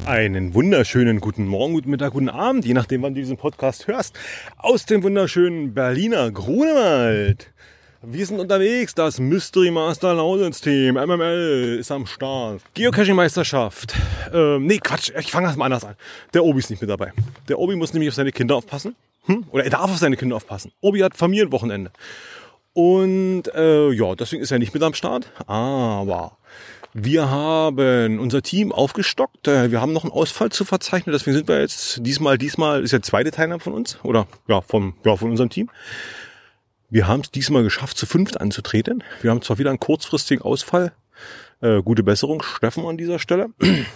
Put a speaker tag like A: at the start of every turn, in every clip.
A: Einen wunderschönen guten Morgen, guten Mittag, guten Abend, je nachdem, wann du diesen Podcast hörst, aus dem wunderschönen Berliner Grunewald. Wir sind unterwegs, das Mystery Master Lausitz Team, MML, ist am Start. Geocaching-Meisterschaft. Ich fange erstmal anders an. Der Obi ist nicht mit dabei. Der Obi muss nämlich auf seine Kinder aufpassen. Oder er darf auf seine Kinder aufpassen. Obi hat Familienwochenende. Und deswegen ist er nicht mit am Start. Aber wir haben unser Team aufgestockt. Wir haben noch einen Ausfall zu verzeichnen. Deswegen sind wir jetzt diesmal ist der zweite Teilnehmer von uns. Von unserem Team. Wir haben es diesmal geschafft, zu 5 anzutreten. Wir haben zwar wieder einen kurzfristigen Ausfall. Gute Besserung, Steffen an dieser Stelle.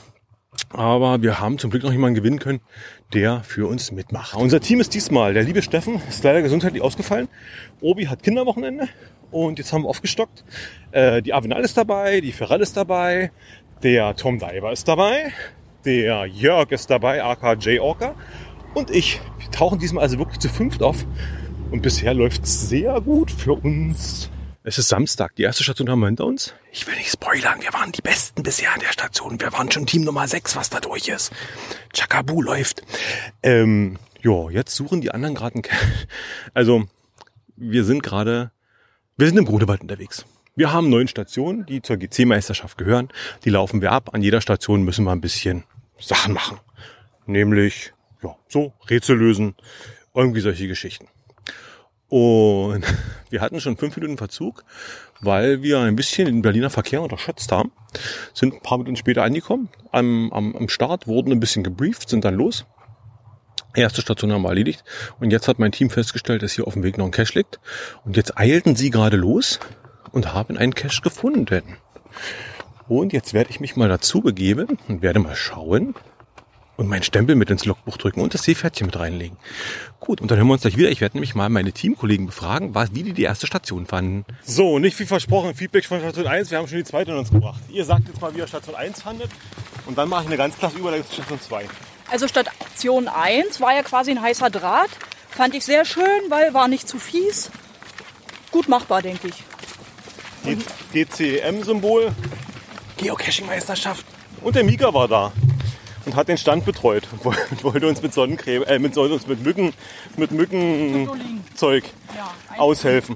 A: Aber wir haben zum Glück noch jemanden gewinnen können, der für uns mitmacht. Unser Team ist diesmal, der liebe Steffen, ist leider gesundheitlich ausgefallen. Obi hat Kinderwochenende und jetzt haben wir aufgestockt. Die Avenal ist dabei, die Ferrell ist dabei, der Tom Diver ist dabei, der Jörg ist dabei, aka J Orca und ich. Wir tauchen diesmal also wirklich zu 5 auf und bisher läuft es sehr gut für uns. Es ist Samstag, die erste Station haben wir hinter uns. Ich will nicht spoilern, wir waren die Besten bisher an der Station. Wir waren schon Team Nummer 6, was da durch ist. Chakabu läuft. Jetzt suchen die anderen gerade einen Cache. Also, wir sind im Grunewald unterwegs. Wir haben 9 Stationen, die zur GC-Meisterschaft gehören. Die laufen wir ab. An jeder Station müssen wir ein bisschen Sachen machen. Nämlich, Rätsel lösen, irgendwie solche Geschichten. Und wir hatten schon 5 Minuten Verzug, weil wir ein bisschen den Berliner Verkehr unterschätzt haben. Sind ein paar Minuten später angekommen. Am Start wurden ein bisschen gebrieft, sind dann los. Erste Station haben wir erledigt. Und jetzt hat mein Team festgestellt, dass hier auf dem Weg noch ein Cache liegt. Und jetzt eilten sie gerade los und haben einen Cache gefunden. Und jetzt werde ich mich mal dazu begeben und werde mal schauen und meinen Stempel mit ins Logbuch drücken und das Seepferdchen mit reinlegen. Gut, und dann hören wir uns gleich wieder. Ich werde nämlich mal meine Teamkollegen befragen, wie die erste Station fanden. So, nicht wie versprochen, Feedback von Station 1. Wir haben schon die zweite in uns gebracht. Ihr sagt jetzt mal, wie ihr Station 1 fandet. Und dann mache ich eine ganz klasse Überleitung zu Station 2. Also
B: Station 1 war ja quasi ein heißer Draht. Fand ich sehr schön, weil war nicht zu fies. Gut machbar, denke ich.
A: GCM-Symbol, Geocaching-Meisterschaft. Und der Mika war da und hat den Stand betreut und wollte uns mit Mückenzeug aushelfen.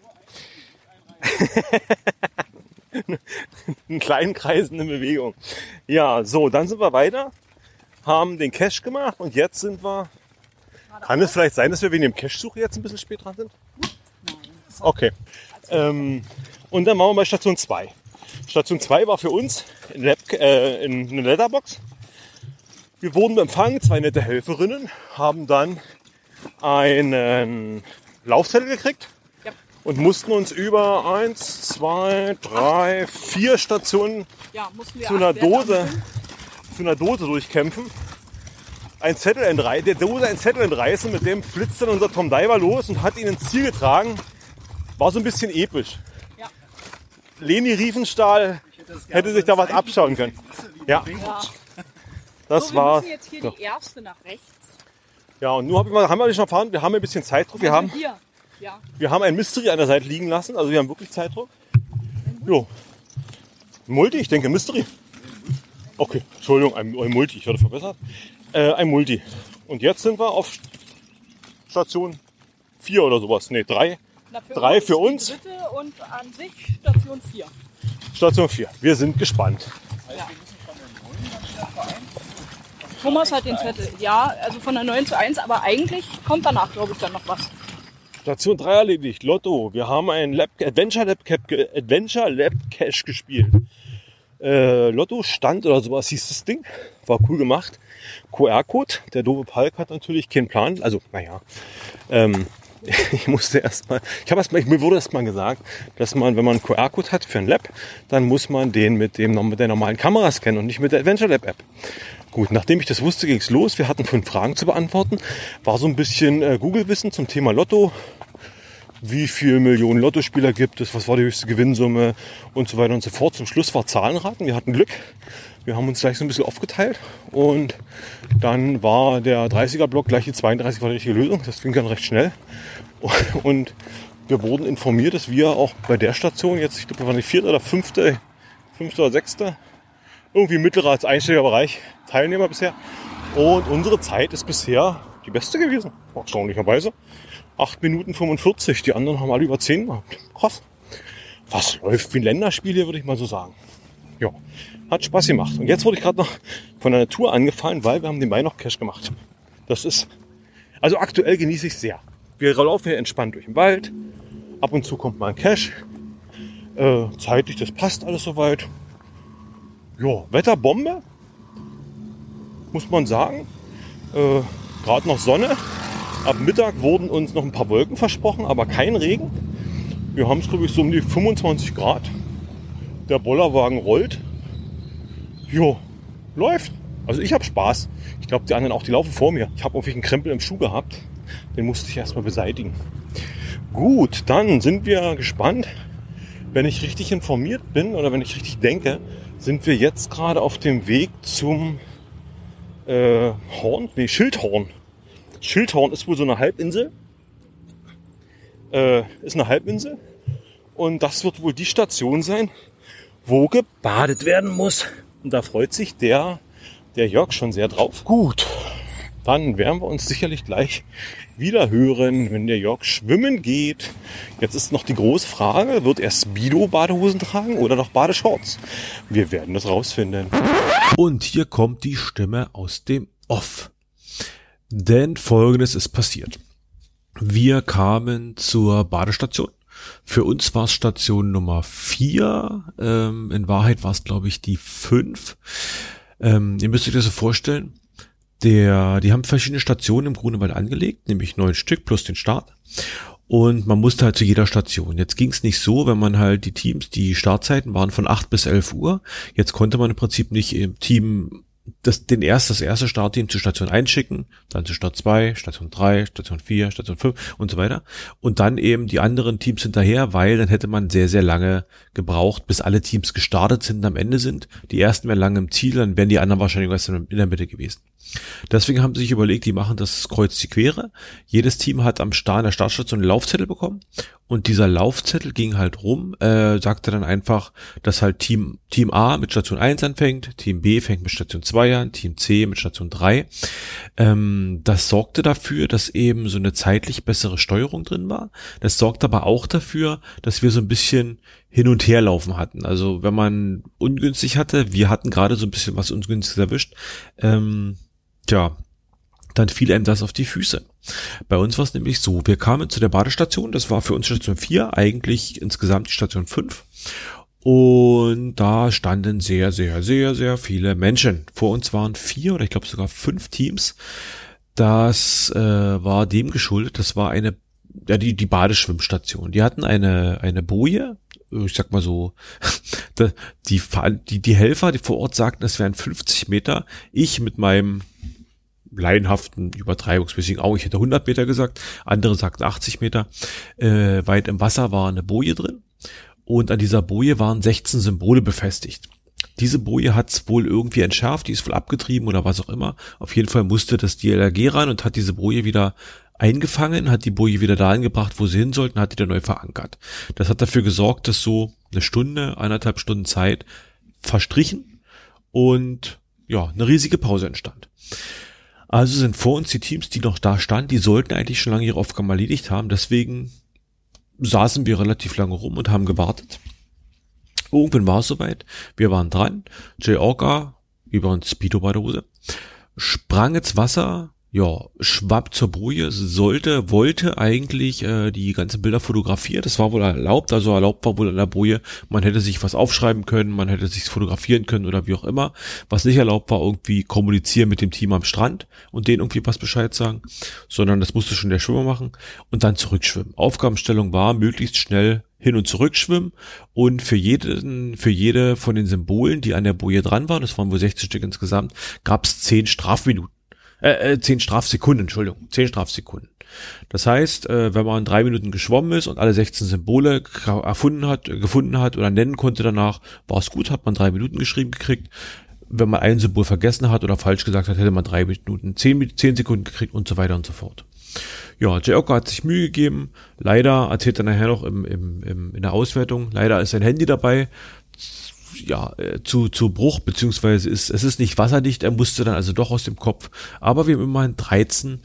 A: In kleinen Kreisen in Bewegung. Ja, so, dann sind wir weiter, haben den Cache gemacht und jetzt sind wir... Kann es vielleicht sein, dass wir wegen dem Cache-Suche jetzt ein bisschen spät dran sind? Nein. Okay. Und dann machen wir bei Station 2. Station 2 war für uns in eine Letterbox. Wir wurden empfangen, 2 nette Helferinnen, haben dann einen Laufzettel gekriegt und mussten uns über 1, 2, 3, 4 Stationen zu einer Dose durchkämpfen. Der Zettel entreißen, mit dem flitzt dann unser Tom Diver los und hat ihn ins Ziel getragen. War so ein bisschen episch. Ja. Leni Riefenstahl hätte sich da was abschauen können. Ja. Das war. Wir müssen jetzt hier die erste nach rechts. Ja, und nun haben wir schon erfahren, wir haben ein bisschen Zeitdruck. Wir haben ein Mystery an der Seite liegen lassen, also wir haben wirklich Zeitdruck. Jo. Multi, ich denke Mystery. Okay, Entschuldigung, ein Multi, ich hatte verbessert. Ein Multi. Und jetzt sind wir auf Station 4 oder sowas. Ne, 3. 3 für uns. Die dritte und an sich Station 4. Station 4. Wir sind gespannt. Ja.
B: Thomas hat den Zettel. Ja, also von der 9:1, aber eigentlich kommt danach, glaube ich, dann noch was.
A: Station 3 erledigt. Lotto. Wir haben ein Adventure Lab Cache gespielt. Lotto Stand oder sowas hieß das Ding. War cool gemacht. QR-Code. Der doofe Palk hat natürlich keinen Plan. Also, mir wurde erst mal gesagt, dass man, wenn man einen QR-Code hat für ein Lab, dann muss man den mit der normalen Kamera scannen und nicht mit der Adventure Lab App. Gut, nachdem ich das wusste, ging's los. Wir hatten 5 Fragen zu beantworten. War so ein bisschen Google-Wissen zum Thema Lotto. Wie viele Millionen Lottospieler gibt es? Was war die höchste Gewinnsumme? Und so weiter und so fort. Zum Schluss war Zahlenraten. Wir hatten Glück. Wir haben uns gleich so ein bisschen aufgeteilt. Und dann war der 30er-Block gleich die 32 war die richtige Lösung. Das ging dann recht schnell. Und wir wurden informiert, dass wir auch bei der Station jetzt, ich glaube, wir waren die 4. oder 5. oder 6. irgendwie mittlerer als einstelliger Bereich Teilnehmer bisher. Und unsere Zeit ist bisher die beste gewesen, erstaunlicherweise. 8 Minuten 45, die anderen haben alle über 10 gehabt. Krass. Was läuft wie ein Länderspiel hier, würde ich mal so sagen. Ja, hat Spaß gemacht. Und jetzt wurde ich gerade noch von einer Tour angefallen, weil wir haben den Weihnacht Cache gemacht. Das ist, also aktuell genieße ich es sehr. Wir laufen hier entspannt durch den Wald. Ab und zu kommt mal ein Cache. Zeitlich, das passt alles soweit. Ja, Wetterbombe, muss man sagen. Gerade noch Sonne. Ab Mittag wurden uns noch ein paar Wolken versprochen, aber kein Regen. Wir haben es, glaube ich, so um die 25 Grad. Der Bollerwagen rollt. Jo, läuft. Also ich habe Spaß. Ich glaube, die anderen auch, die laufen vor mir. Ich habe irgendwie einen Krempel im Schuh gehabt. Den musste ich erstmal beseitigen. Gut, dann sind wir gespannt. Wenn ich richtig informiert bin oder wenn ich richtig denke, sind wir jetzt gerade auf dem Weg zum Schildhorn. Schildhorn ist wohl so eine Halbinsel. Ist eine Halbinsel. Und das wird wohl die Station sein, wo gebadet werden muss. Und da freut sich der Jörg schon sehr drauf. Gut, dann werden wir uns sicherlich gleich wieder hören, wenn der Jörg schwimmen geht. Jetzt ist noch die große Frage, wird er Speedo-Badehosen tragen oder noch Badeshorts? Wir werden das rausfinden.
C: Und hier kommt die Stimme aus dem Off. Denn Folgendes ist passiert. Wir kamen zur Badestation. Für uns war es Station Nummer 4. In Wahrheit war es, glaube ich, die 5. Ihr müsst euch das so vorstellen. Die haben verschiedene Stationen im Grunewald angelegt, nämlich 9 Stück plus den Start. Und man musste halt zu jeder Station. Jetzt ging es nicht so, wenn man halt die Startzeiten waren von 8 bis 11 Uhr. Jetzt konnte man im Prinzip nicht im Team das erste Startteam zu Station 1 schicken, dann zu Start 2, Station 3, Station 4, Station 5 und so weiter. Und dann eben die anderen Teams hinterher, weil dann hätte man sehr, sehr lange gebraucht, bis alle Teams gestartet sind und am Ende sind. Die ersten wären lange im Ziel, dann wären die anderen wahrscheinlich erst in der Mitte gewesen. Deswegen haben sie sich überlegt, die machen das Kreuz die Quere. Jedes Team hat an der Startstation einen Laufzettel bekommen und dieser Laufzettel ging halt rum, sagte dann einfach, dass halt Team A mit Station 1 anfängt, Team B fängt mit Station 2 an, Team C mit Station 3. Das sorgte dafür, dass eben so eine zeitlich bessere Steuerung drin war. Das sorgte aber auch dafür, dass wir so ein bisschen hin und her laufen hatten. Also wenn man ungünstig hatte, wir hatten gerade so ein bisschen was Ungünstiges erwischt, dann fiel einem das auf die Füße. Bei uns war es nämlich so, wir kamen zu der Badestation, das war für uns Station 4, eigentlich insgesamt die Station 5. Und da standen sehr, sehr, sehr, sehr viele Menschen. Vor uns waren 4 oder ich glaube sogar 5 Teams. Das war dem geschuldet, das war die Badeschwimmstation. Die hatten eine Boje, ich sag mal so, die Helfer, die vor Ort sagten, es wären 50 Meter. Ich mit meinem laienhaften, übertreibungsmäßigen Auge, ich hätte 100 Meter gesagt, andere sagten 80 Meter, weit im Wasser war eine Boje drin und an dieser Boje waren 16 Symbole befestigt. Diese Boje hat's wohl irgendwie entschärft, die ist wohl abgetrieben oder was auch immer. Auf jeden Fall musste das DLRG ran und hat diese Boje wieder eingefangen, hat die Boje wieder dahin gebracht, wo sie hin sollten, hat die dann neu verankert. Das hat dafür gesorgt, dass so eine Stunde, 1,5 Stunden Zeit verstrichen und ja, eine riesige Pause entstand. Also sind vor uns die Teams, die noch da standen, die sollten eigentlich schon lange ihre Aufgaben erledigt haben. Deswegen saßen wir relativ lange rum und haben gewartet. Irgendwann war es soweit. Wir waren dran. Jay Orca, über uns Speedo-Badehose, sprang ins Wasser, schwapp zur Boje, wollte eigentlich die ganzen Bilder fotografieren. Das war wohl erlaubt, also erlaubt war wohl an der Boje, man hätte sich was aufschreiben können, man hätte sich fotografieren können oder wie auch immer. Was nicht erlaubt war, irgendwie kommunizieren mit dem Team am Strand und denen irgendwie was Bescheid sagen, sondern das musste schon der Schwimmer machen und dann zurückschwimmen. Aufgabenstellung war, möglichst schnell hin und zurück schwimmen und für jede von den Symbolen, die an der Boje dran waren, das waren wohl 16 Stück insgesamt, gab es 10 Strafsekunden. 10 Strafsekunden. Das heißt, wenn man 3 Minuten geschwommen ist und alle 16 Symbole gefunden hat oder nennen konnte danach, war es gut, hat man 3 Minuten geschrieben gekriegt. Wenn man ein Symbol vergessen hat oder falsch gesagt hat, hätte man 3 Minuten, 10 Sekunden gekriegt und so weiter und so fort. Ja, Jay Orca hat sich Mühe gegeben. Leider, erzählt er nachher noch in der Auswertung, leider ist sein Handy dabei. zu Bruch, beziehungsweise es ist nicht wasserdicht, er musste dann also doch aus dem Kopf. Aber wir haben immerhin 13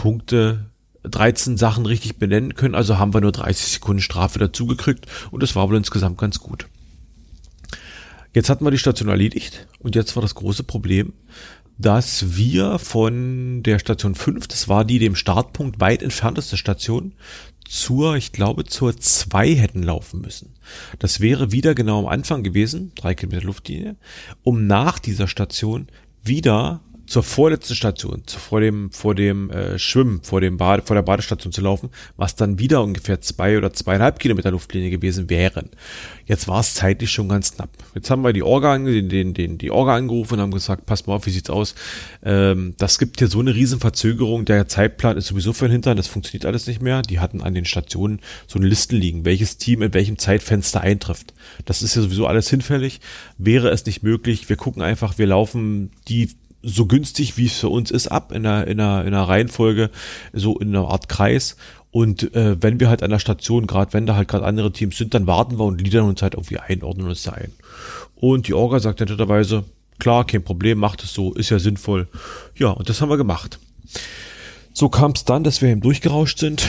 C: Sachen richtig benennen können, also haben wir nur 30 Sekunden Strafe dazugekriegt und das war wohl insgesamt ganz gut. Jetzt hatten wir die Station erledigt und jetzt war das große Problem, dass wir von der Station 5, das war die dem Startpunkt weit entfernteste Station, zur 2 hätten laufen müssen. Das wäre wieder genau am Anfang gewesen, 3 Kilometer Luftlinie, um nach dieser Station wieder zur vorletzten Station, vor dem Schwimmen, vor der Badestation zu laufen, was dann wieder ungefähr 2 oder 2,5 Kilometer Luftlinie gewesen wären. Jetzt war es zeitlich schon ganz knapp. Jetzt haben wir die Orga angerufen und haben gesagt, pass mal auf, wie sieht's aus? Das gibt hier so eine riesen Verzögerung, der Zeitplan ist sowieso für den Hintern, das funktioniert alles nicht mehr. Die hatten an den Stationen so eine Liste liegen, welches Team in welchem Zeitfenster eintrifft. Das ist ja sowieso alles hinfällig. Wäre es nicht möglich, wir gucken einfach, wir laufen die so günstig, wie es für uns ist, ab in einer Reihenfolge, so in einer Art Kreis. Und wenn wir halt an der Station, wenn da halt gerade andere Teams sind, dann warten wir und gliedern uns halt irgendwie ein, ordnen uns da ein. Und die Orga sagt netterweise, klar, kein Problem, macht es so, ist ja sinnvoll. Ja, und das haben wir gemacht. So kam es dann, dass wir eben durchgerauscht sind.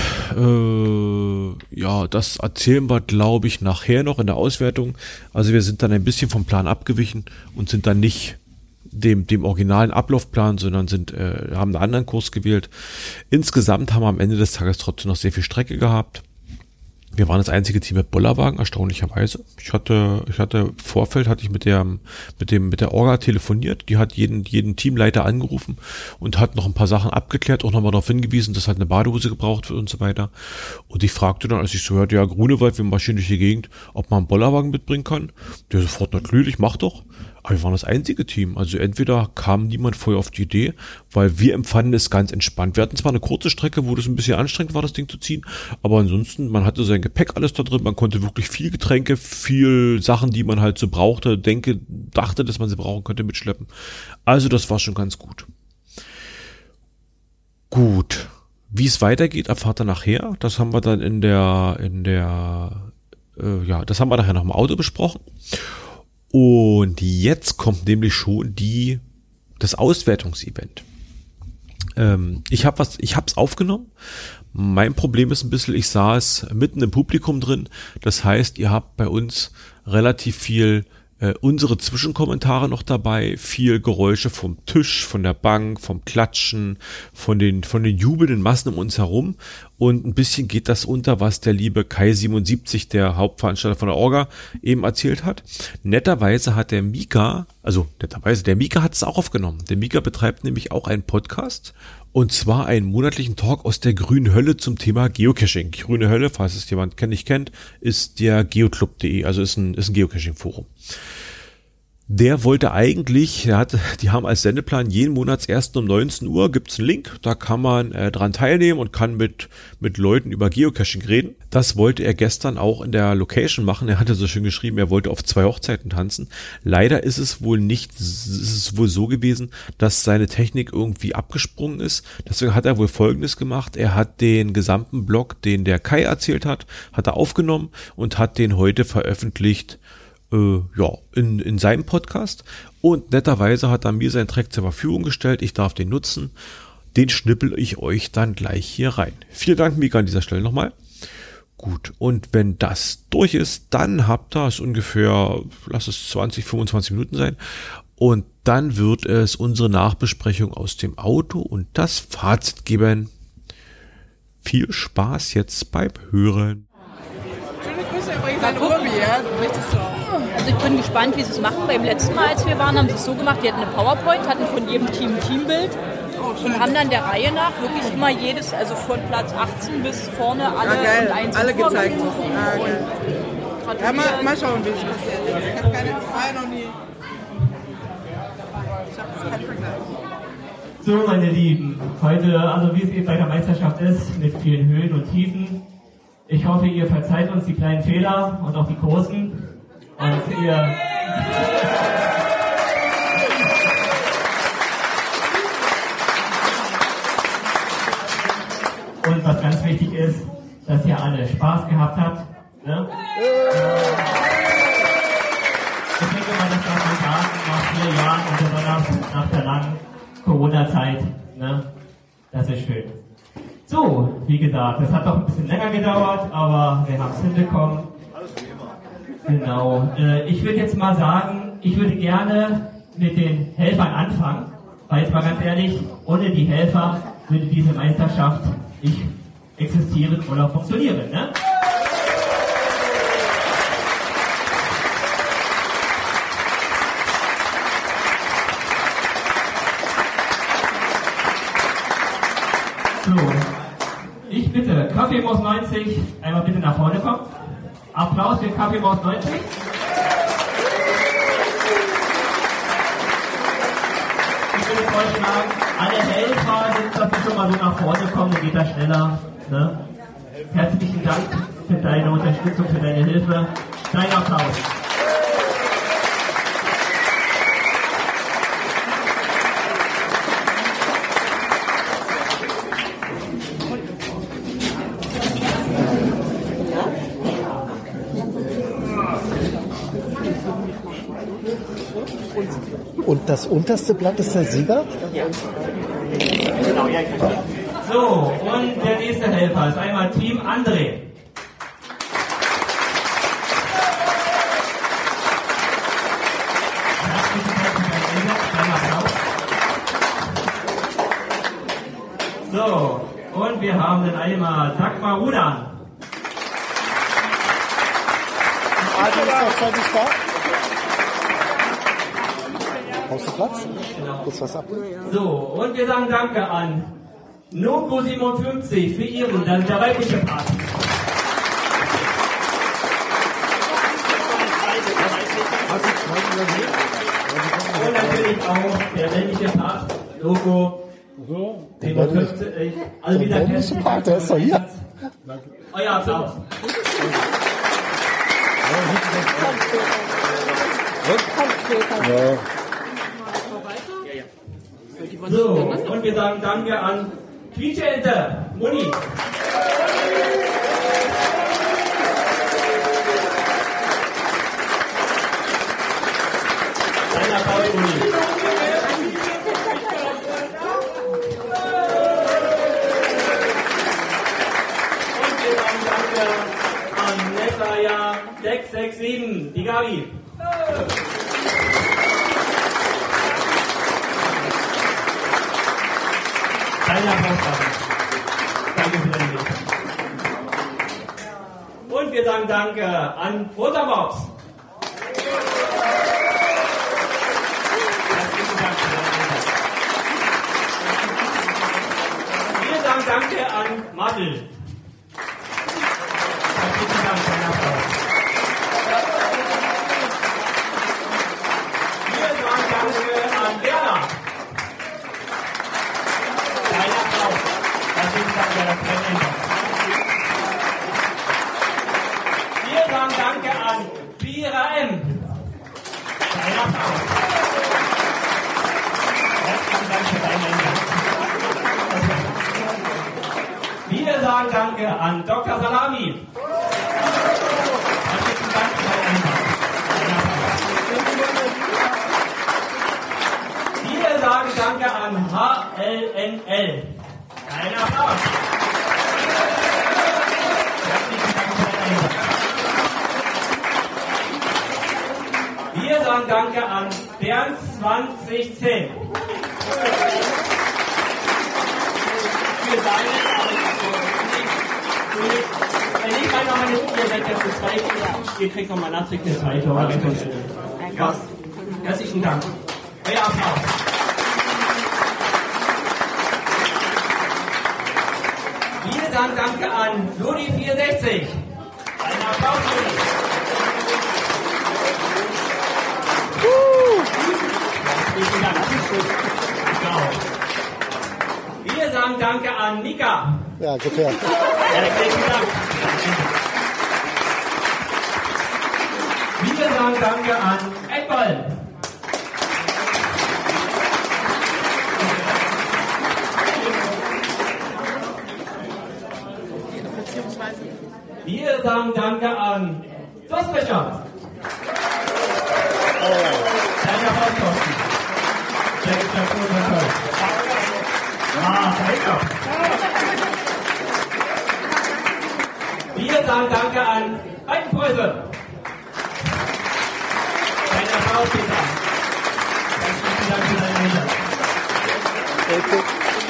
C: Das erzählen wir, glaube ich, nachher noch in der Auswertung. Also wir sind dann ein bisschen vom Plan abgewichen und sind dann nicht dem originalen Ablaufplan, sondern haben einen anderen Kurs gewählt. Insgesamt haben wir am Ende des Tages trotzdem noch sehr viel Strecke gehabt. Wir waren das einzige Team mit Bollerwagen, erstaunlicherweise. Ich hatte im Vorfeld mit der Orga telefoniert. Die hat jeden Teamleiter angerufen und hat noch ein paar Sachen abgeklärt, auch nochmal darauf hingewiesen, dass halt eine Badehose gebraucht wird und so weiter. Und ich fragte dann, als ich so hörte, ja, Grunewald, wir marschieren durch die Gegend, ob man einen Bollerwagen mitbringen kann. Der sofort, natürlich, mach doch. Aber wir waren das einzige Team. Also entweder kam niemand vorher auf die Idee, weil wir empfanden es ganz entspannt. Wir hatten zwar eine kurze Strecke, wo das ein bisschen anstrengend war, das Ding zu ziehen, aber ansonsten, man hatte sein Gepäck alles da drin, man konnte wirklich viel Getränke, viel Sachen, die man halt so brauchte, dachte, dass man sie brauchen könnte, mitschleppen. Also das war schon ganz gut. Gut. Wie es weitergeht, erfahrt ihr nachher. Das haben wir dann das haben wir nachher noch im Auto besprochen. Und jetzt kommt nämlich schon das Auswertungsevent. Ich hab's aufgenommen. Mein Problem ist ein bisschen, ich saß mitten im Publikum drin. Das heißt, ihr habt bei uns relativ viel unsere Zwischenkommentare noch dabei, viel Geräusche vom Tisch, von der Bank, vom Klatschen, von den jubelnden Massen um uns herum und ein bisschen geht das unter, was der liebe Kai77, der Hauptveranstalter von der Orga, eben erzählt hat. Netterweise hat der Mika hat es auch aufgenommen. Der Mika betreibt nämlich auch einen Podcast und zwar einen monatlichen Talk aus der Grünen Hölle zum Thema Geocaching. Grüne Hölle, falls es jemand nicht kennt, ist der geoclub.de, also ist ein Geocaching-Forum. Der wollte eigentlich, die haben als Sendeplan jeden Monatsersten um 19 Uhr gibt's einen Link, da kann man dran teilnehmen und kann mit Leuten über Geocaching reden. Das wollte er gestern auch in der Location machen. Er hatte so schön geschrieben, er wollte auf 2 Hochzeiten tanzen. Leider ist es wohl so gewesen, dass seine Technik irgendwie abgesprungen ist. Deswegen hat er wohl Folgendes gemacht. Er hat den gesamten Blog, den der Kai erzählt hat er aufgenommen und hat den heute veröffentlicht in seinem Podcast und netterweise hat er mir seinen Track zur Verfügung gestellt. Ich darf den nutzen. Den schnippel ich euch dann gleich hier rein. Vielen Dank, Mika, an dieser Stelle nochmal. Gut, und wenn das durch ist, dann habt ihr es ungefähr, lass es 20, 25 Minuten sein und dann wird es unsere Nachbesprechung aus dem Auto und das Fazit geben. Viel Spaß jetzt beim Hören.
D: Schöne Grüße übrigens an Urbi, ja, richtig so.
B: Also ich bin gespannt, wie sie es machen. Beim letzten Mal, als wir waren, haben sie es so gemacht, die hatten eine PowerPoint, hatten von jedem Team ein Teambild und haben dann der Reihe nach wirklich immer jedes, also von Platz 18 bis vorne alle und eins
D: alle gezeigt.
B: Ja,
D: mal schauen, wie es passiert ist. Ich habe keine Frage noch nie. Ich habe es kein Vergleich.
E: So, meine Lieben, heute, also wie es eben bei der Meisterschaft ist, mit vielen Höhen und Tiefen. Ich hoffe, ihr verzeiht uns die kleinen Fehler und auch die großen. Und ihr... Und was ganz wichtig ist, dass ihr alle Spaß gehabt habt. Ne? Deswegen Jahren und besonders nach der langen Corona-Zeit. Ne? Das ist schön. So, wie gesagt, das hat doch ein bisschen länger gedauert, aber wir haben es hinbekommen. Genau. Ich würde jetzt mal sagen, ich würde gerne mit den Helfern anfangen, weil jetzt mal ganz ehrlich, ohne die Helfer würde diese Meisterschaft nicht existieren oder funktionieren. Ne? So, ich bitte, Kaffeemaus 90, einmal bitte nach vorne kommen. Applaus für Kaffeemaus 90. Ich würde vorschlagen, alle Helfer sind, dass sie schon mal so nach vorne kommen, dann geht das schneller. Ne? Herzlichen Dank für deine Unterstützung, für deine Hilfe. Dein Applaus.
F: Und das unterste Blatt ist der Sieger?
E: Ja. Genau, ja, so, und der nächste Helfer ist einmal Team André. So, und wir haben dann einmal Dagmar Rudan.
F: Also ist das fertig da? Brauchst du Platz?
E: Genau.
F: Ist was ab?
E: So, und wir sagen Danke an Noko 57 für ihren, dann der weibliche Part. Und natürlich auch der männliche Part, Noko 57. Alle wieder
F: der männliche Part, der ist doch hier.
E: Euer Applaus.
F: Ja.
E: So, und wir sagen Danke an Quietscheente, Moni. Dein Applaus, Moni. Und wir sagen Danke an Nessaya 667, die Gabi. Dein Applaus. Danke für deine Hilfe. Und wir sagen Danke an Futterbox. Herzlichen Dank für deine Hilfe. Wir sagen Danke an Madel. Herzlichen Dank für deinen Applaus. Wir sagen Danke an Werner. Dein Applaus. Herzlichen Dank für deine Hilfe. Wir sagen Danke an Pira M. Dein Applaus. Herzlichen Dank für deine Hilfe. Wir sagen Danke an Dr. Salami. Herzlichen Dank für deine Hilfe. Wir sagen Danke an HLNL. Ein Applaus. Herzlichen Dank für deine Hilfe. Wir sagen Danke an Bernd 2010. Für seine Wenn ich mal noch meine ihr seid ja zu zweit, ihr kriegt noch mal nachträglich eine zweite oder ja. Herzlichen Dank. Euer Applaus. Wir sagen Danke an Ludi 64. Ein Applaus, Ludi. Herzlichen Dank. Genau. Wir sagen Danke an Mika.
F: Ja, gefährlich.
E: Herzlichen Dank. Wir sagen Danke an Eckball. Wir sagen Danke an Dursbecher. Dein Applaus, Thorsten. Gratulation, toll. Danke. Wir sagen Danke an Altenpreuße. Deine Applaus, Peter. Ganz vielen Dank für deine Rede.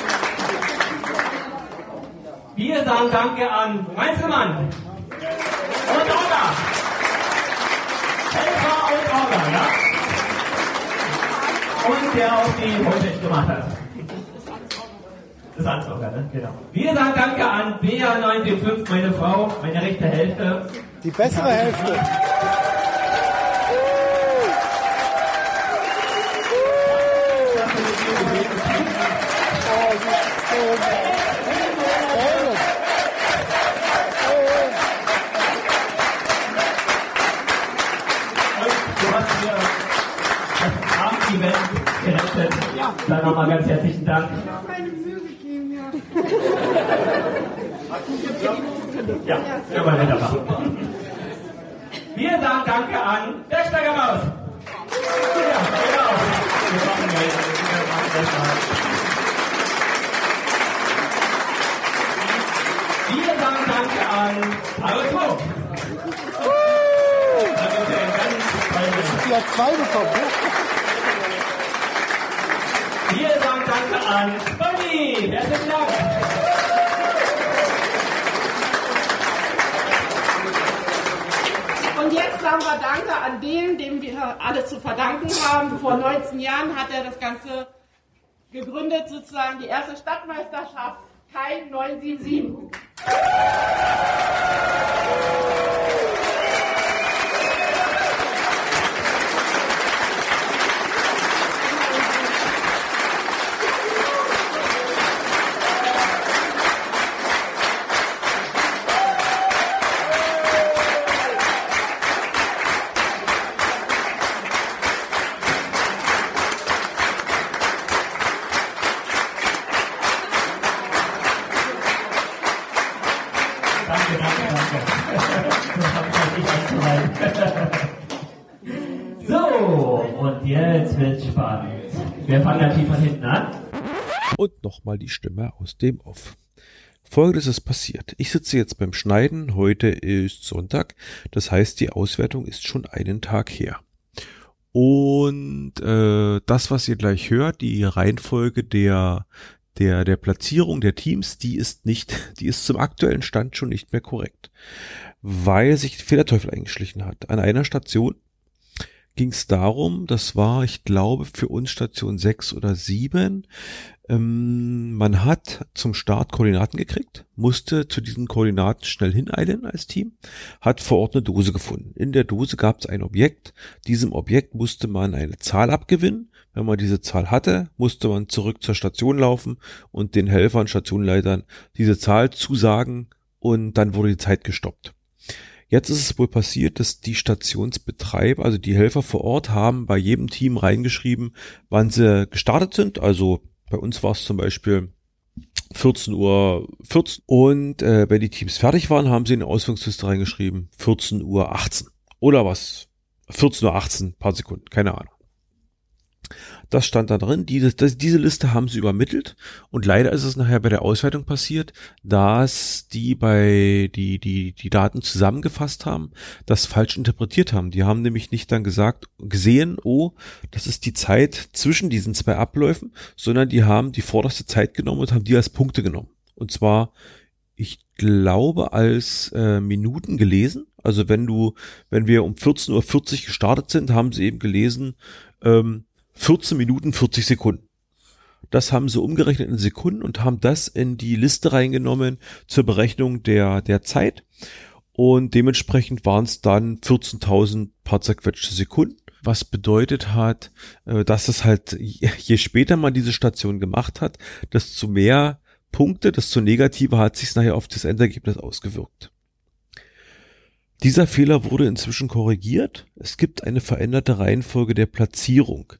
E: Wir sagen Danke an Mainzelmann und Orga. Helfer und Orga, ja? Und der auch die Homepage gemacht hat. Das Anzugger, ne? Genau. Wir sagen Danke an Bea 945, meine Frau, meine rechte Hälfte.
F: Die bessere Hälfte.
E: Du hast mir das Abendevent gerettet. Dann nochmal ganz herzlichen Dank. Ja, immer netter machen. Wir sagen Danke an Bergsteigermaus. Ja, genau. Wir machen das mal. Wir sagen Danke an Paolo.
F: Die hat 2 bekommen.
E: Wir sagen Danke an Bonnie. Herzlichen Dank.
D: Und jetzt sagen wir Danke an den, dem wir alles zu verdanken haben. Vor 19 Jahren hat er das Ganze gegründet, sozusagen die erste Stadtmeisterschaft Kai 977.
E: Jetzt wird's spannend. Wir fangen natürlich von hinten an.
C: Und nochmal die Stimme aus dem Off. Folgendes ist passiert. Ich sitze jetzt beim Schneiden. Heute ist Sonntag. Das heißt, die Auswertung ist schon einen Tag her. Und das, was ihr gleich hört, die Reihenfolge der Platzierung der Teams, die ist zum aktuellen Stand schon nicht mehr korrekt. Weil sich der Fehlerteufel eingeschlichen hat. An einer Station ging es darum, das war, ich glaube, für uns Station 6 oder 7, man hat zum Start Koordinaten gekriegt, musste zu diesen Koordinaten schnell hineilen als Team, hat vor Ort eine Dose gefunden. In der Dose gab es ein Objekt, diesem Objekt musste man eine Zahl abgewinnen. Wenn man diese Zahl hatte, musste man zurück zur Station laufen und den Helfern, Stationleitern diese Zahl zusagen und dann wurde die Zeit gestoppt. Jetzt ist es wohl passiert, dass die Stationsbetreiber, also die Helfer vor Ort, haben bei jedem Team reingeschrieben, wann sie gestartet sind. Also bei uns war es zum Beispiel 14:14 Uhr. Und wenn die Teams fertig waren, haben sie in die Ausführungsliste reingeschrieben 14:18 Uhr. Oder was? 14:18 Uhr, paar Sekunden, keine Ahnung. Das stand da drin, diese Liste haben sie übermittelt und leider ist es nachher bei der Auswertung passiert, dass die Daten zusammengefasst haben, das falsch interpretiert haben. Die haben nämlich nicht dann gesehen, oh, das ist die Zeit zwischen diesen 2 Abläufen, sondern die haben die vorderste Zeit genommen und haben die als Punkte genommen. Und zwar, ich glaube, als Minuten gelesen. Also wenn wir um 14:40 Uhr gestartet sind, haben sie eben gelesen, 14 Minuten 40 Sekunden. Das haben sie umgerechnet in Sekunden und haben das in die Liste reingenommen zur Berechnung der Zeit. Und dementsprechend waren es dann 14.000 paar zerquetschte Sekunden. Was bedeutet hat, dass es halt, je später man diese Station gemacht hat, desto mehr Punkte, desto negativer hat sich nachher auf das Endergebnis ausgewirkt. Dieser Fehler wurde inzwischen korrigiert. Es gibt eine veränderte Reihenfolge der Platzierung.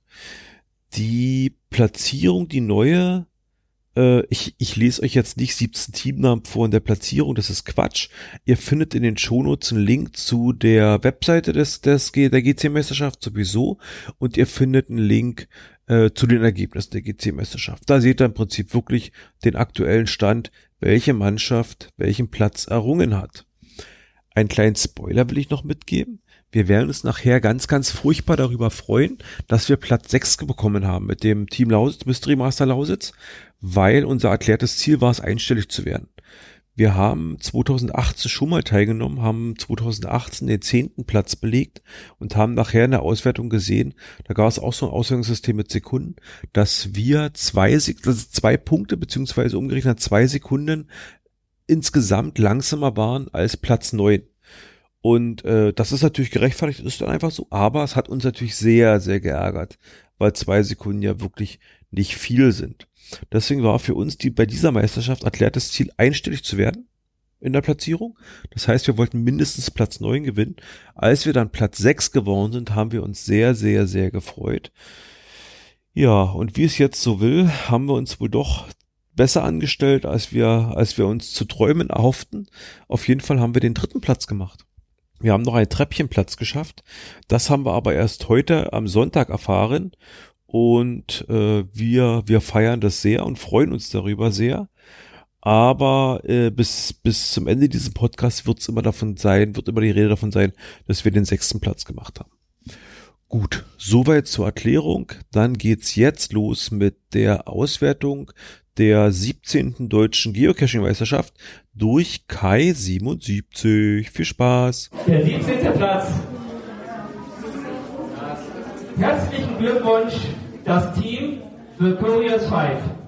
C: Die Platzierung, die neue, ich lese euch jetzt nicht 17 Teamnamen vor in der Platzierung, das ist Quatsch. Ihr findet in den Shownotes einen Link zu der Webseite der GC-Meisterschaft sowieso und ihr findet einen Link zu den Ergebnissen der GC-Meisterschaft. Da seht ihr im Prinzip wirklich den aktuellen Stand, welche Mannschaft welchen Platz errungen hat. Einen kleinen Spoiler will ich noch mitgeben. Wir werden uns nachher ganz, ganz furchtbar darüber freuen, dass wir Platz 6 bekommen haben mit dem Team Lausitz, Mystery Master Lausitz, weil unser erklärtes Ziel war es, einstellig zu werden. Wir haben 2018 schon mal teilgenommen, haben 2018 den 10. Platz belegt und haben nachher in der Auswertung gesehen, da gab es auch so ein Auswertungssystem mit Sekunden, dass wir 2 Punkte beziehungsweise umgerechnet 2 Sekunden insgesamt langsamer waren als Platz 9. Und das ist natürlich gerechtfertigt, ist dann einfach so, aber es hat uns natürlich sehr, sehr geärgert, weil 2 Sekunden ja wirklich nicht viel sind. Deswegen war für uns bei dieser Meisterschaft erklärtes Ziel, einstellig zu werden in der Platzierung. Das heißt, wir wollten mindestens Platz 9 gewinnen. Als wir dann Platz 6 geworden sind, haben wir uns sehr, sehr, sehr gefreut. Ja, und wie es jetzt so will, haben wir uns wohl doch besser angestellt, als wir uns zu träumen erhofften. Auf jeden Fall haben wir den 3. Platz gemacht. Wir haben noch einen Treppchenplatz geschafft. Das haben wir aber erst heute am Sonntag erfahren. Und wir feiern das sehr und freuen uns darüber sehr. Aber bis zum Ende dieses Podcasts wird immer die Rede davon sein, dass wir den 6. Platz gemacht haben. Gut, soweit zur Erklärung. Dann geht's jetzt los mit der Auswertung der 17. Deutschen Geocaching-Meisterschaft durch Kai 77. Viel Spaß!
E: Der 17. Platz. Herzlichen Glückwunsch, das Team The Curious 5.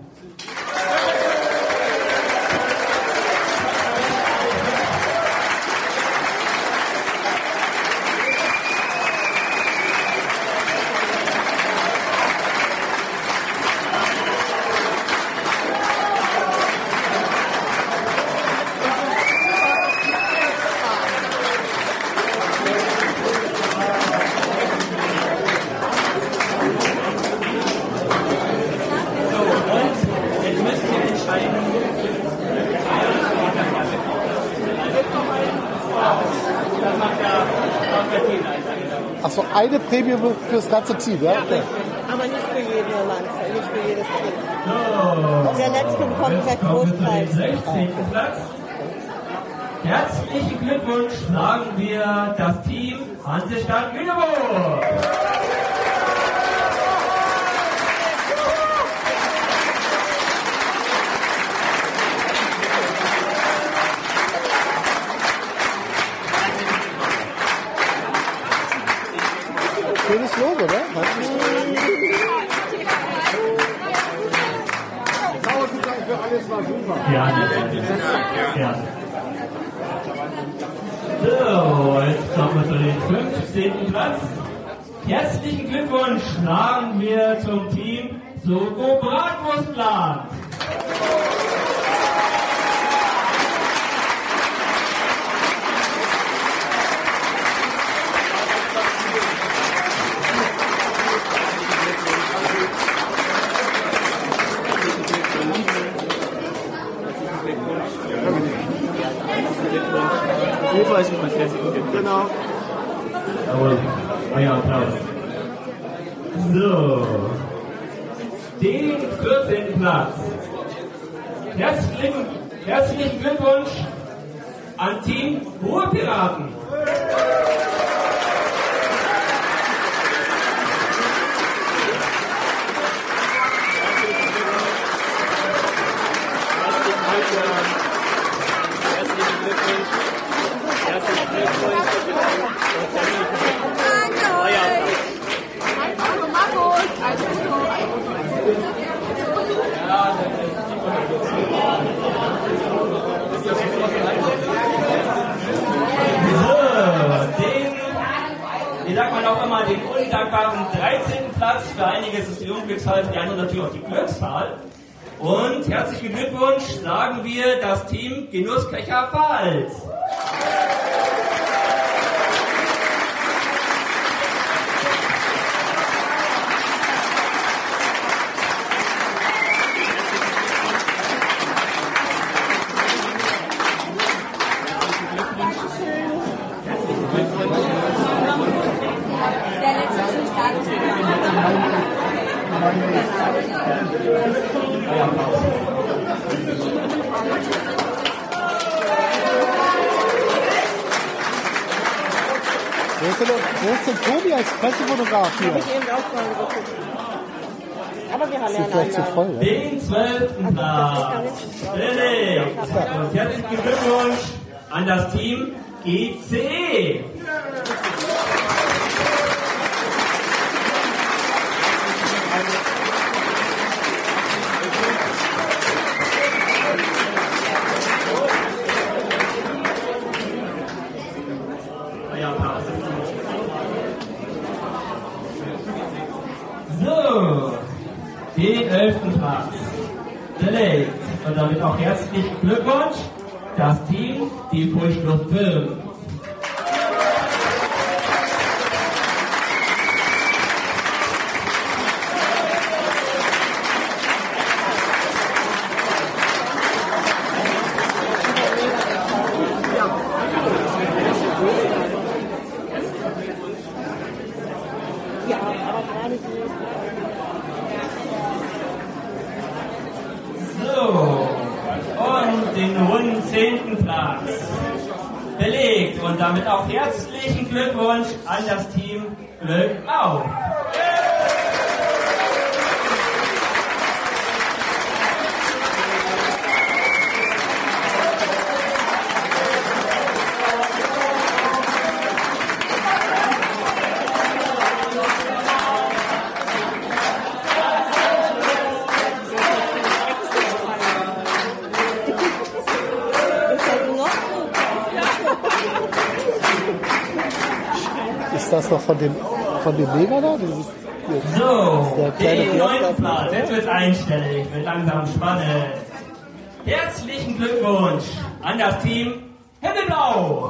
F: Achso, eine Prämie für das ganze Team, ja? Okay.
G: Aber nicht für jede Mannschaft, nicht für jedes Team. Und der letzte bekommt der Großpreis.
E: 16. Platz. Herzlichen Glückwunsch sagen wir das Team Hansestadt Lüneburg.
F: Schönes Logo, ne? Für alles war super.
E: Ja. So, jetzt kommen wir zu den 15. Platz. Herzlichen Glückwunsch sagen wir zum Team Soko Bratwurstland.
F: Genau.
E: Jawohl. Euer Applaus. So. Den 14. Platz. Herzlichen Glückwunsch an Team Ruhrpiraten. Wie sagt man auch immer, den undankbaren 13. Platz. Für einige ist es die Unglückszahl, für die anderen natürlich auch die Glückszahl. Und herzlichen Glückwunsch sagen wir das Team Genussköcher Pfalz.
F: Wo ist denn Tobi als Pressefotograf hier?
G: Habe ich eben auch mal geguckt. Aber wir haben
F: Ist
G: ja
F: vielleicht zu voll, ne?
E: Den 12. Platz belegt. Und herzlichen Glückwunsch an das Team GC. So, den 11. Platz belegt. Und damit auch herzlichen Glückwunsch, das Team, die Furchtluft Film.
G: Ja, aber gerade so.
E: So, und den runden 10. Platz belegt. Und damit auch herzlichen Glückwunsch an das Team Glück auf.
G: Ist halt noch
F: Ist das noch von dem Neger da? Dieses,
E: So,
F: der kleine
E: den 9.
F: Block.
E: Platz. Jetzt wird es einstellig, wird langsam spannend. Herzlichen Glückwunsch an das Team Himmelblau.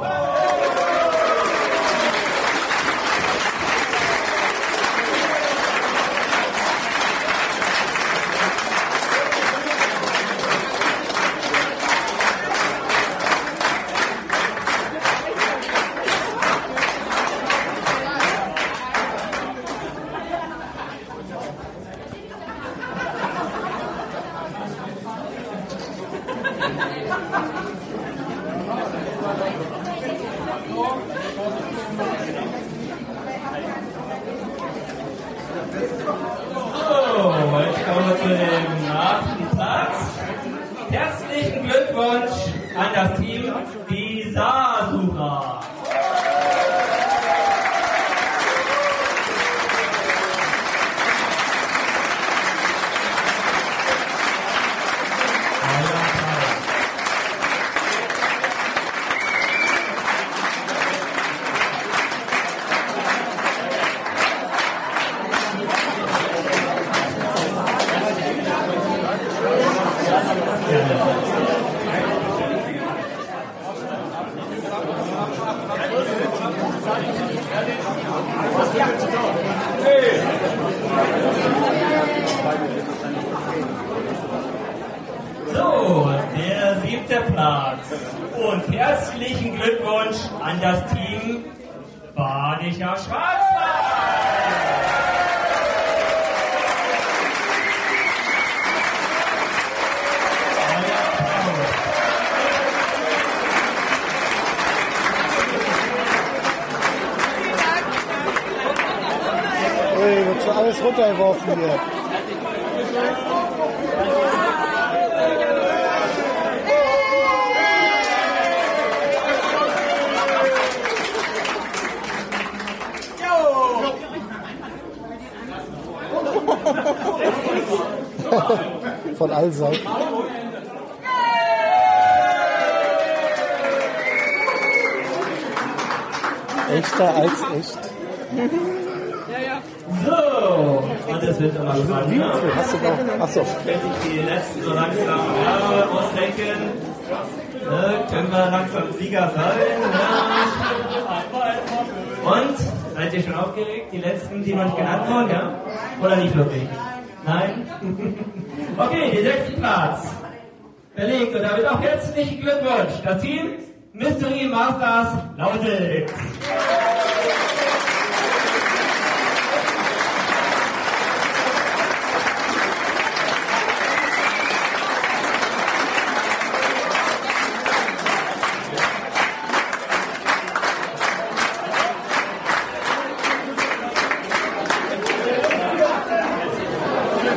E: So, jetzt kommen wir zu dem 8. Platz. Herzlichen Glückwunsch an das Team Die Saarsucher. So, der 7. Platz. Und herzlichen Glückwunsch an das Team Badischer Schwarzwald.
F: Ey, wird schon alles runtergeworfen hier. Von allen Seiten. Echter als echt.
E: So, und es wird immer
F: Wie
E: spannender.
F: viel hast du noch? Achso.
E: Wenn sich die letzten so langsam ausdenken, ne, können wir langsam Sieger sein. Ne? Und, seid ihr schon aufgeregt? Die letzten, die noch nicht genannt wurden, ja? Oder nicht wirklich? Nein? Okay, den 6. Platz belegt und damit auch herzlichen Glückwunsch. Das Team Mystery Masters Lausitz.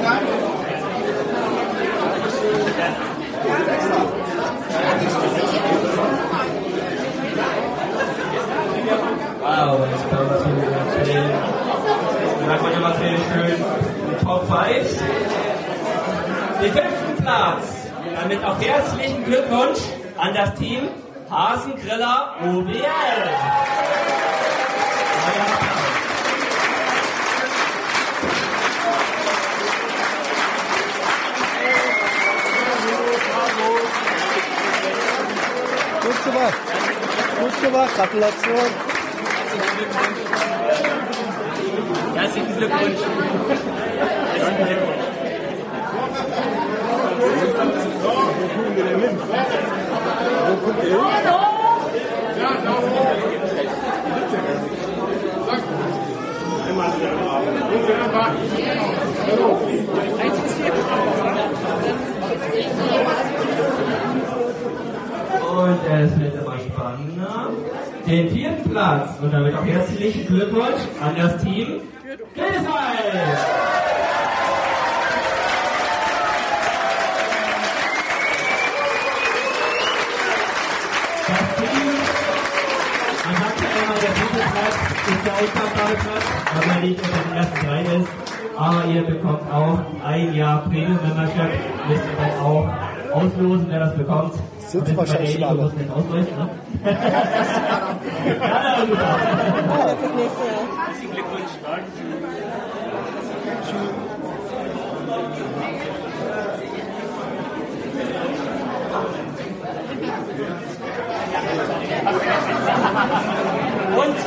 E: Wow, jetzt kommen wir zu den, sagt man immer sehr schön, Top 5. Den 5. Platz. Damit auch herzlichen Glückwunsch an das Team Hasengriller OBL.
F: Gut gemacht, Gratulation.
E: Herzlichen Glückwunsch. Und es wird immer spannender. Den 4. Platz und damit auch herzlichen Glückwunsch an das Team Hildesheim. Das Team, man sagt ja immer, der 4. Platz ist der ausgangsbare Platz, weil er nicht unter den ersten 3 ist. Aber ihr bekommt auch ein Jahr Premium-Membership, müsst ihr dann auch auslosen, wer das bekommt.
F: Sind wahrscheinlich schon alle.
E: Ausweisen, ne? Ja, gut.
G: Ja, das ist nächste Jahr.
E: Herzlichen Glückwunsch. Und?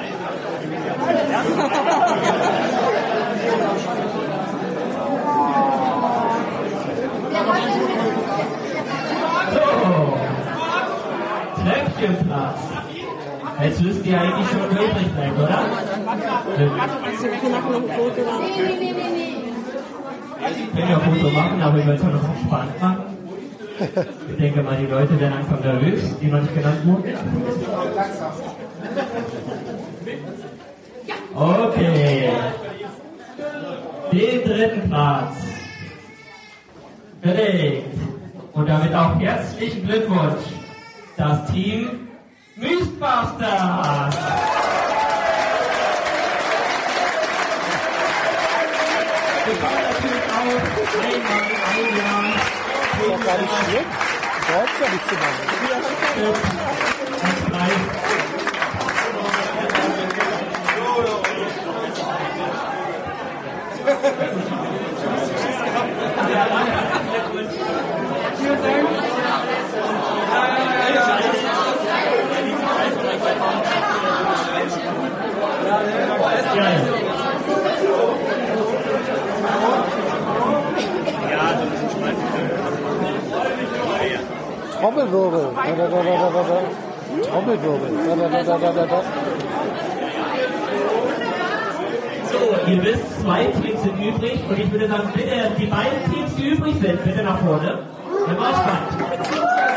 E: Treppchenplatz. Jetzt müsst ihr eigentlich schon übrig sein, oder?
G: Wir machen noch ein Foto.
E: Ich will ja ein Foto machen, aber ich will es auch noch spannend machen. Ich denke mal, die Leute werden einfach nervös, die noch nicht genannt wurden. Okay. Den 3. Platz. Belegt. Und damit auch herzlichen Glückwunsch. Das Team Mythbusters. Wir kommen natürlich auch einmal ein Jahr.
F: Das ist doch gar nicht schlimm. Du brauchst ja nichts zu machen. Trommelwirbel. Trommelwirbel.
E: So, ihr wisst, 2 Teams sind übrig und ich würde sagen, bitte die beiden Teams, die übrig sind, bitte nach vorne. Dann war spannend.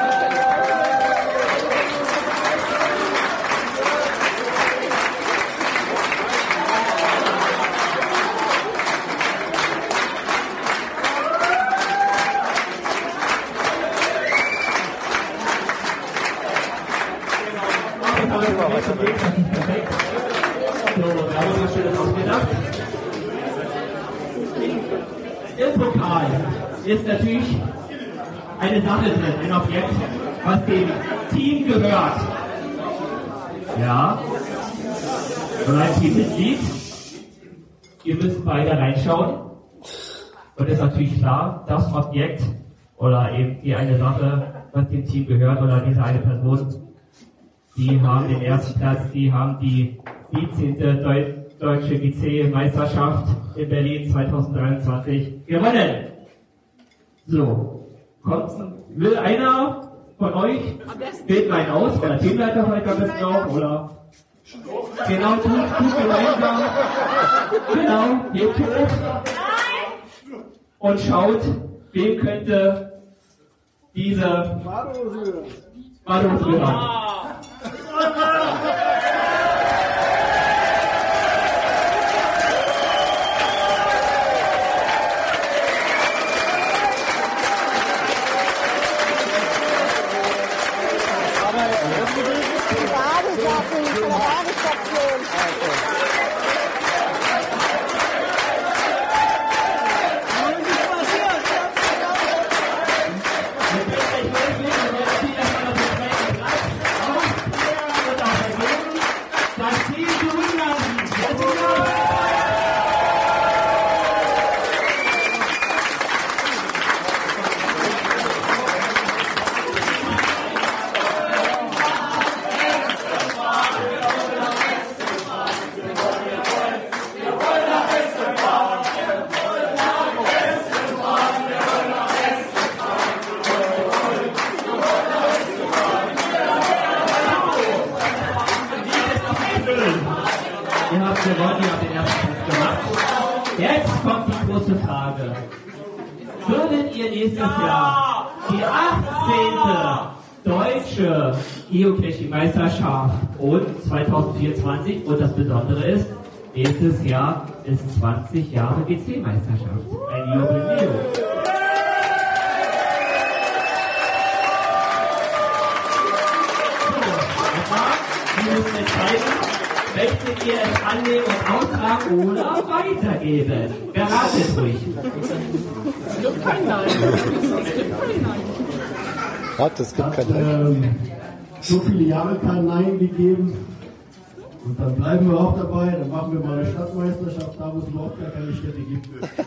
E: Im Pokal ist natürlich eine Sache drin, ein Objekt, was dem Team gehört. Ja, und ein Teammitglied, ihr müsst beide reinschauen. Und es ist natürlich klar, das Objekt oder eben die eine Sache, was dem Team gehört oder diese eine Person, die haben den 1. Platz, die haben die 17. Deutsche GC-Meisterschaft in Berlin 2023 gewonnen. So, will einer von euch, wählt einen aus, oder Teamleiter vielleicht am besten auch, oder? Genau, tut gemeinsam. Genau, geht hoch. Und schaut, wem könnte diese Badehose gehören. Würdet ihr nächstes Jahr die 18. Deutsche Geocaching-Meisterschaft und 2024, und das Besondere ist, nächstes Jahr ist 20 Jahre GC-Meisterschaft. Ein Jubiläum. Wir müssen entscheiden, möchtet ihr es annehmen und austragen oder weitergeben? Beratet ruhig.
D: Es gibt kein Nein.
F: Warte, es gibt kein Nein.
H: So viele Jahre kein Nein gegeben. Und dann bleiben wir auch dabei. Dann machen wir mal eine Stadtmeisterschaft, da wo es überhaupt gar keine Städte gibt.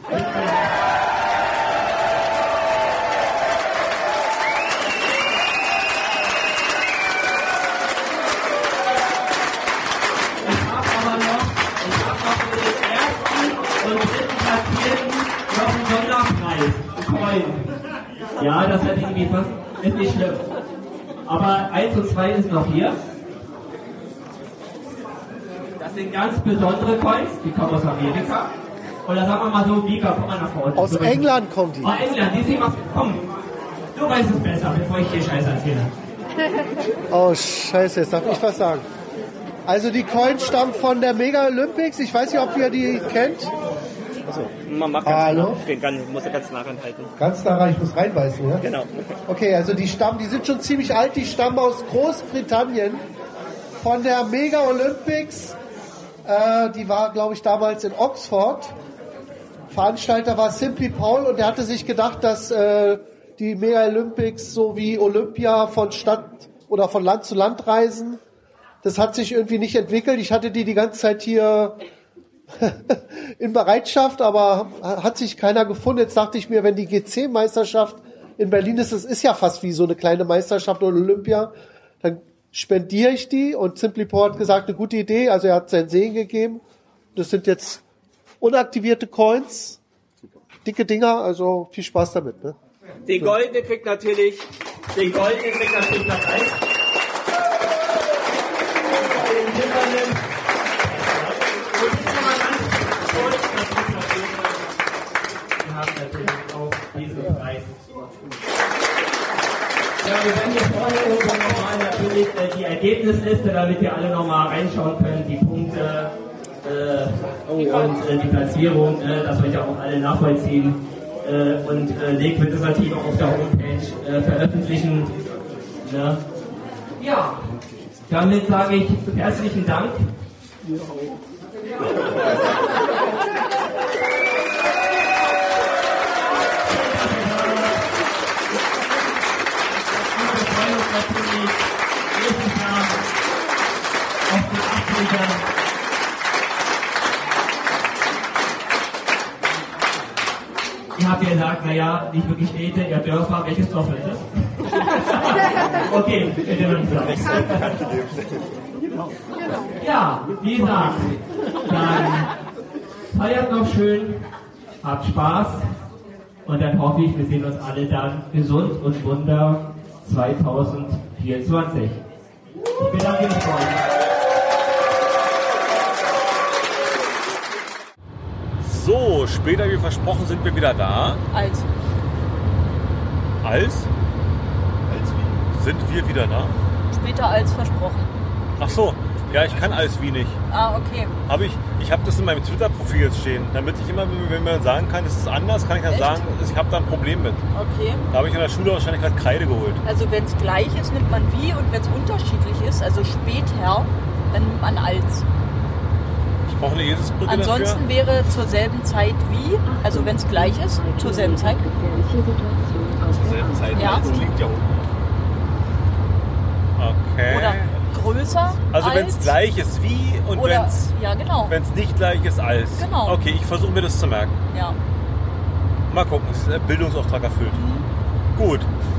E: Ja, das hat irgendwie fast, ist nicht schlimm. Aber 1 und 2 ist noch hier. Das sind ganz besondere Coins, die kommen aus Amerika. Oder sagen wir mal so, Mika, komm mal nach vorne.
F: Aus England kommen die.
E: Aus England, die sehen was. Komm, du weißt es besser, bevor ich hier Scheiße erzähle.
F: Oh, scheiße, jetzt darf ich was sagen. Also die Coins stammen von der Mega Olympics. Ich weiß nicht, ob ihr die kennt.
I: Achso, man macht muss ganz nah ranhalten.
F: Ganz nah rein, ich muss reinbeißen, ja?
I: Genau.
F: Okay, also die sind schon ziemlich alt, die stammen aus Großbritannien von der Mega Olympics. Die war, glaube ich, damals in Oxford. Veranstalter war Simply Paul und der hatte sich gedacht, dass die Mega Olympics so wie Olympia von Stadt oder von Land zu Land reisen. Das hat sich irgendwie nicht entwickelt. Ich hatte die ganze Zeit hier in Bereitschaft, aber hat sich keiner gefunden. Jetzt dachte ich mir, wenn die GC-Meisterschaft in Berlin ist, das ist ja fast wie so eine kleine Meisterschaft oder Olympia, dann spendiere ich die und Simply Paul hat gesagt, eine gute Idee, also er hat seinen Segen gegeben. Das sind jetzt unaktivierte Coins, dicke Dinger, also viel Spaß damit. Ne?
I: Den Goldene kriegt natürlich Platz 1.
E: Ja, wir werden hier vorne irgendwo nochmal natürlich die Ergebnisliste, damit wir alle nochmal reinschauen können, die Punkte und die Platzierung, das wollt ihr auch alle nachvollziehen. Und Leg wird das natürlich auch auf der Homepage veröffentlichen. Ne? Ja, damit sage ich herzlichen Dank. Ihr habt ja gesagt, naja, nicht wirklich Städte, ihr habt Dörfer, welches Dorf ist es? Okay, bitte noch nicht sagen. Ja, wie gesagt, dann feiert noch schön, habt Spaß und dann hoffe ich, wir sehen uns alle dann gesund und munter 2024. Ich bedanke mich für euch.
A: So, später wie versprochen sind wir wieder da.
B: Als wie? Sind wir wieder da? Später als versprochen.
A: Ach so, ja, ich kann als wie nicht.
B: Ah, okay.
A: Ich habe das in meinem Twitter-Profil jetzt stehen, damit ich immer, wenn man sagen kann, es ist anders, kann ich dann sagen, ich habe da ein Problem mit.
B: Okay.
A: Da habe ich in der Schule wahrscheinlich gerade Kreide geholt.
B: Also wenn es gleich ist, nimmt man wie, und wenn es unterschiedlich ist, also später, dann nimmt man als.
A: Ich brauche eine Eselsbrücke dafür.
B: Ansonsten wäre zur selben Zeit wie, also wenn es gleich ist, zur selben Zeit.
A: Zur selben Zeit,
B: ja.
A: Das klingt ja okay.
B: Oder größer
A: also
B: als.
A: wenn es gleich ist wie und wenn es
B: ja, genau.
A: nicht gleich ist als.
B: Genau.
A: Okay, ich versuche mir das zu merken.
B: Ja.
A: Mal gucken, ist der Bildungsauftrag erfüllt. Gut.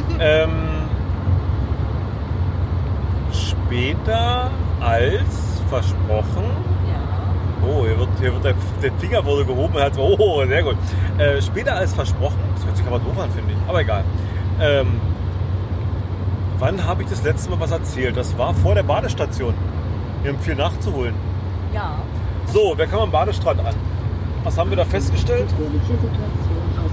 A: Später als versprochen. Oh, hier wird der Finger wurde gehoben. Oh, sehr gut. Später als versprochen. Das hört sich aber doof an, finde ich. Aber egal. Wann habe ich das letzte Mal was erzählt? Das war vor der Badestation. Wir haben viel nachzuholen.
B: Ja.
A: So, wer kam am Badestrand an? Was haben wir da festgestellt?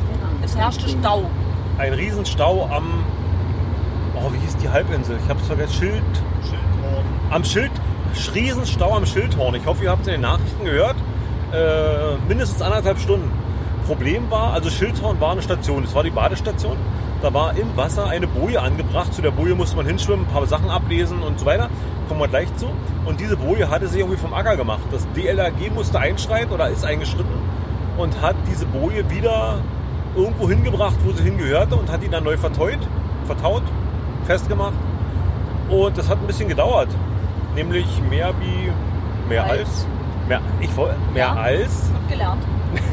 B: herrschte Stau.
A: Ein Riesenstau am, wie hieß die Halbinsel? Ich habe es vergessen, Schildhorn. Am Riesenstau am Schildhorn. Ich hoffe, ihr habt es in den Nachrichten gehört. Mindestens 1,5 Stunden. Problem war, also Schildhorn war eine Station, das war die Badestation. Da war im Wasser eine Boje angebracht. Zu der Boje musste man hinschwimmen, ein paar Sachen ablesen und so weiter. Kommen wir gleich zu. Und diese Boje hatte sich irgendwie vom Acker gemacht. Das DLRG musste einschreiten oder ist eingeschritten und hat diese Boje wieder irgendwo hingebracht, wo sie hingehörte und hat die dann neu vertaut, festgemacht. Und das hat ein bisschen gedauert. Nämlich mehr als.
B: Hab gelernt.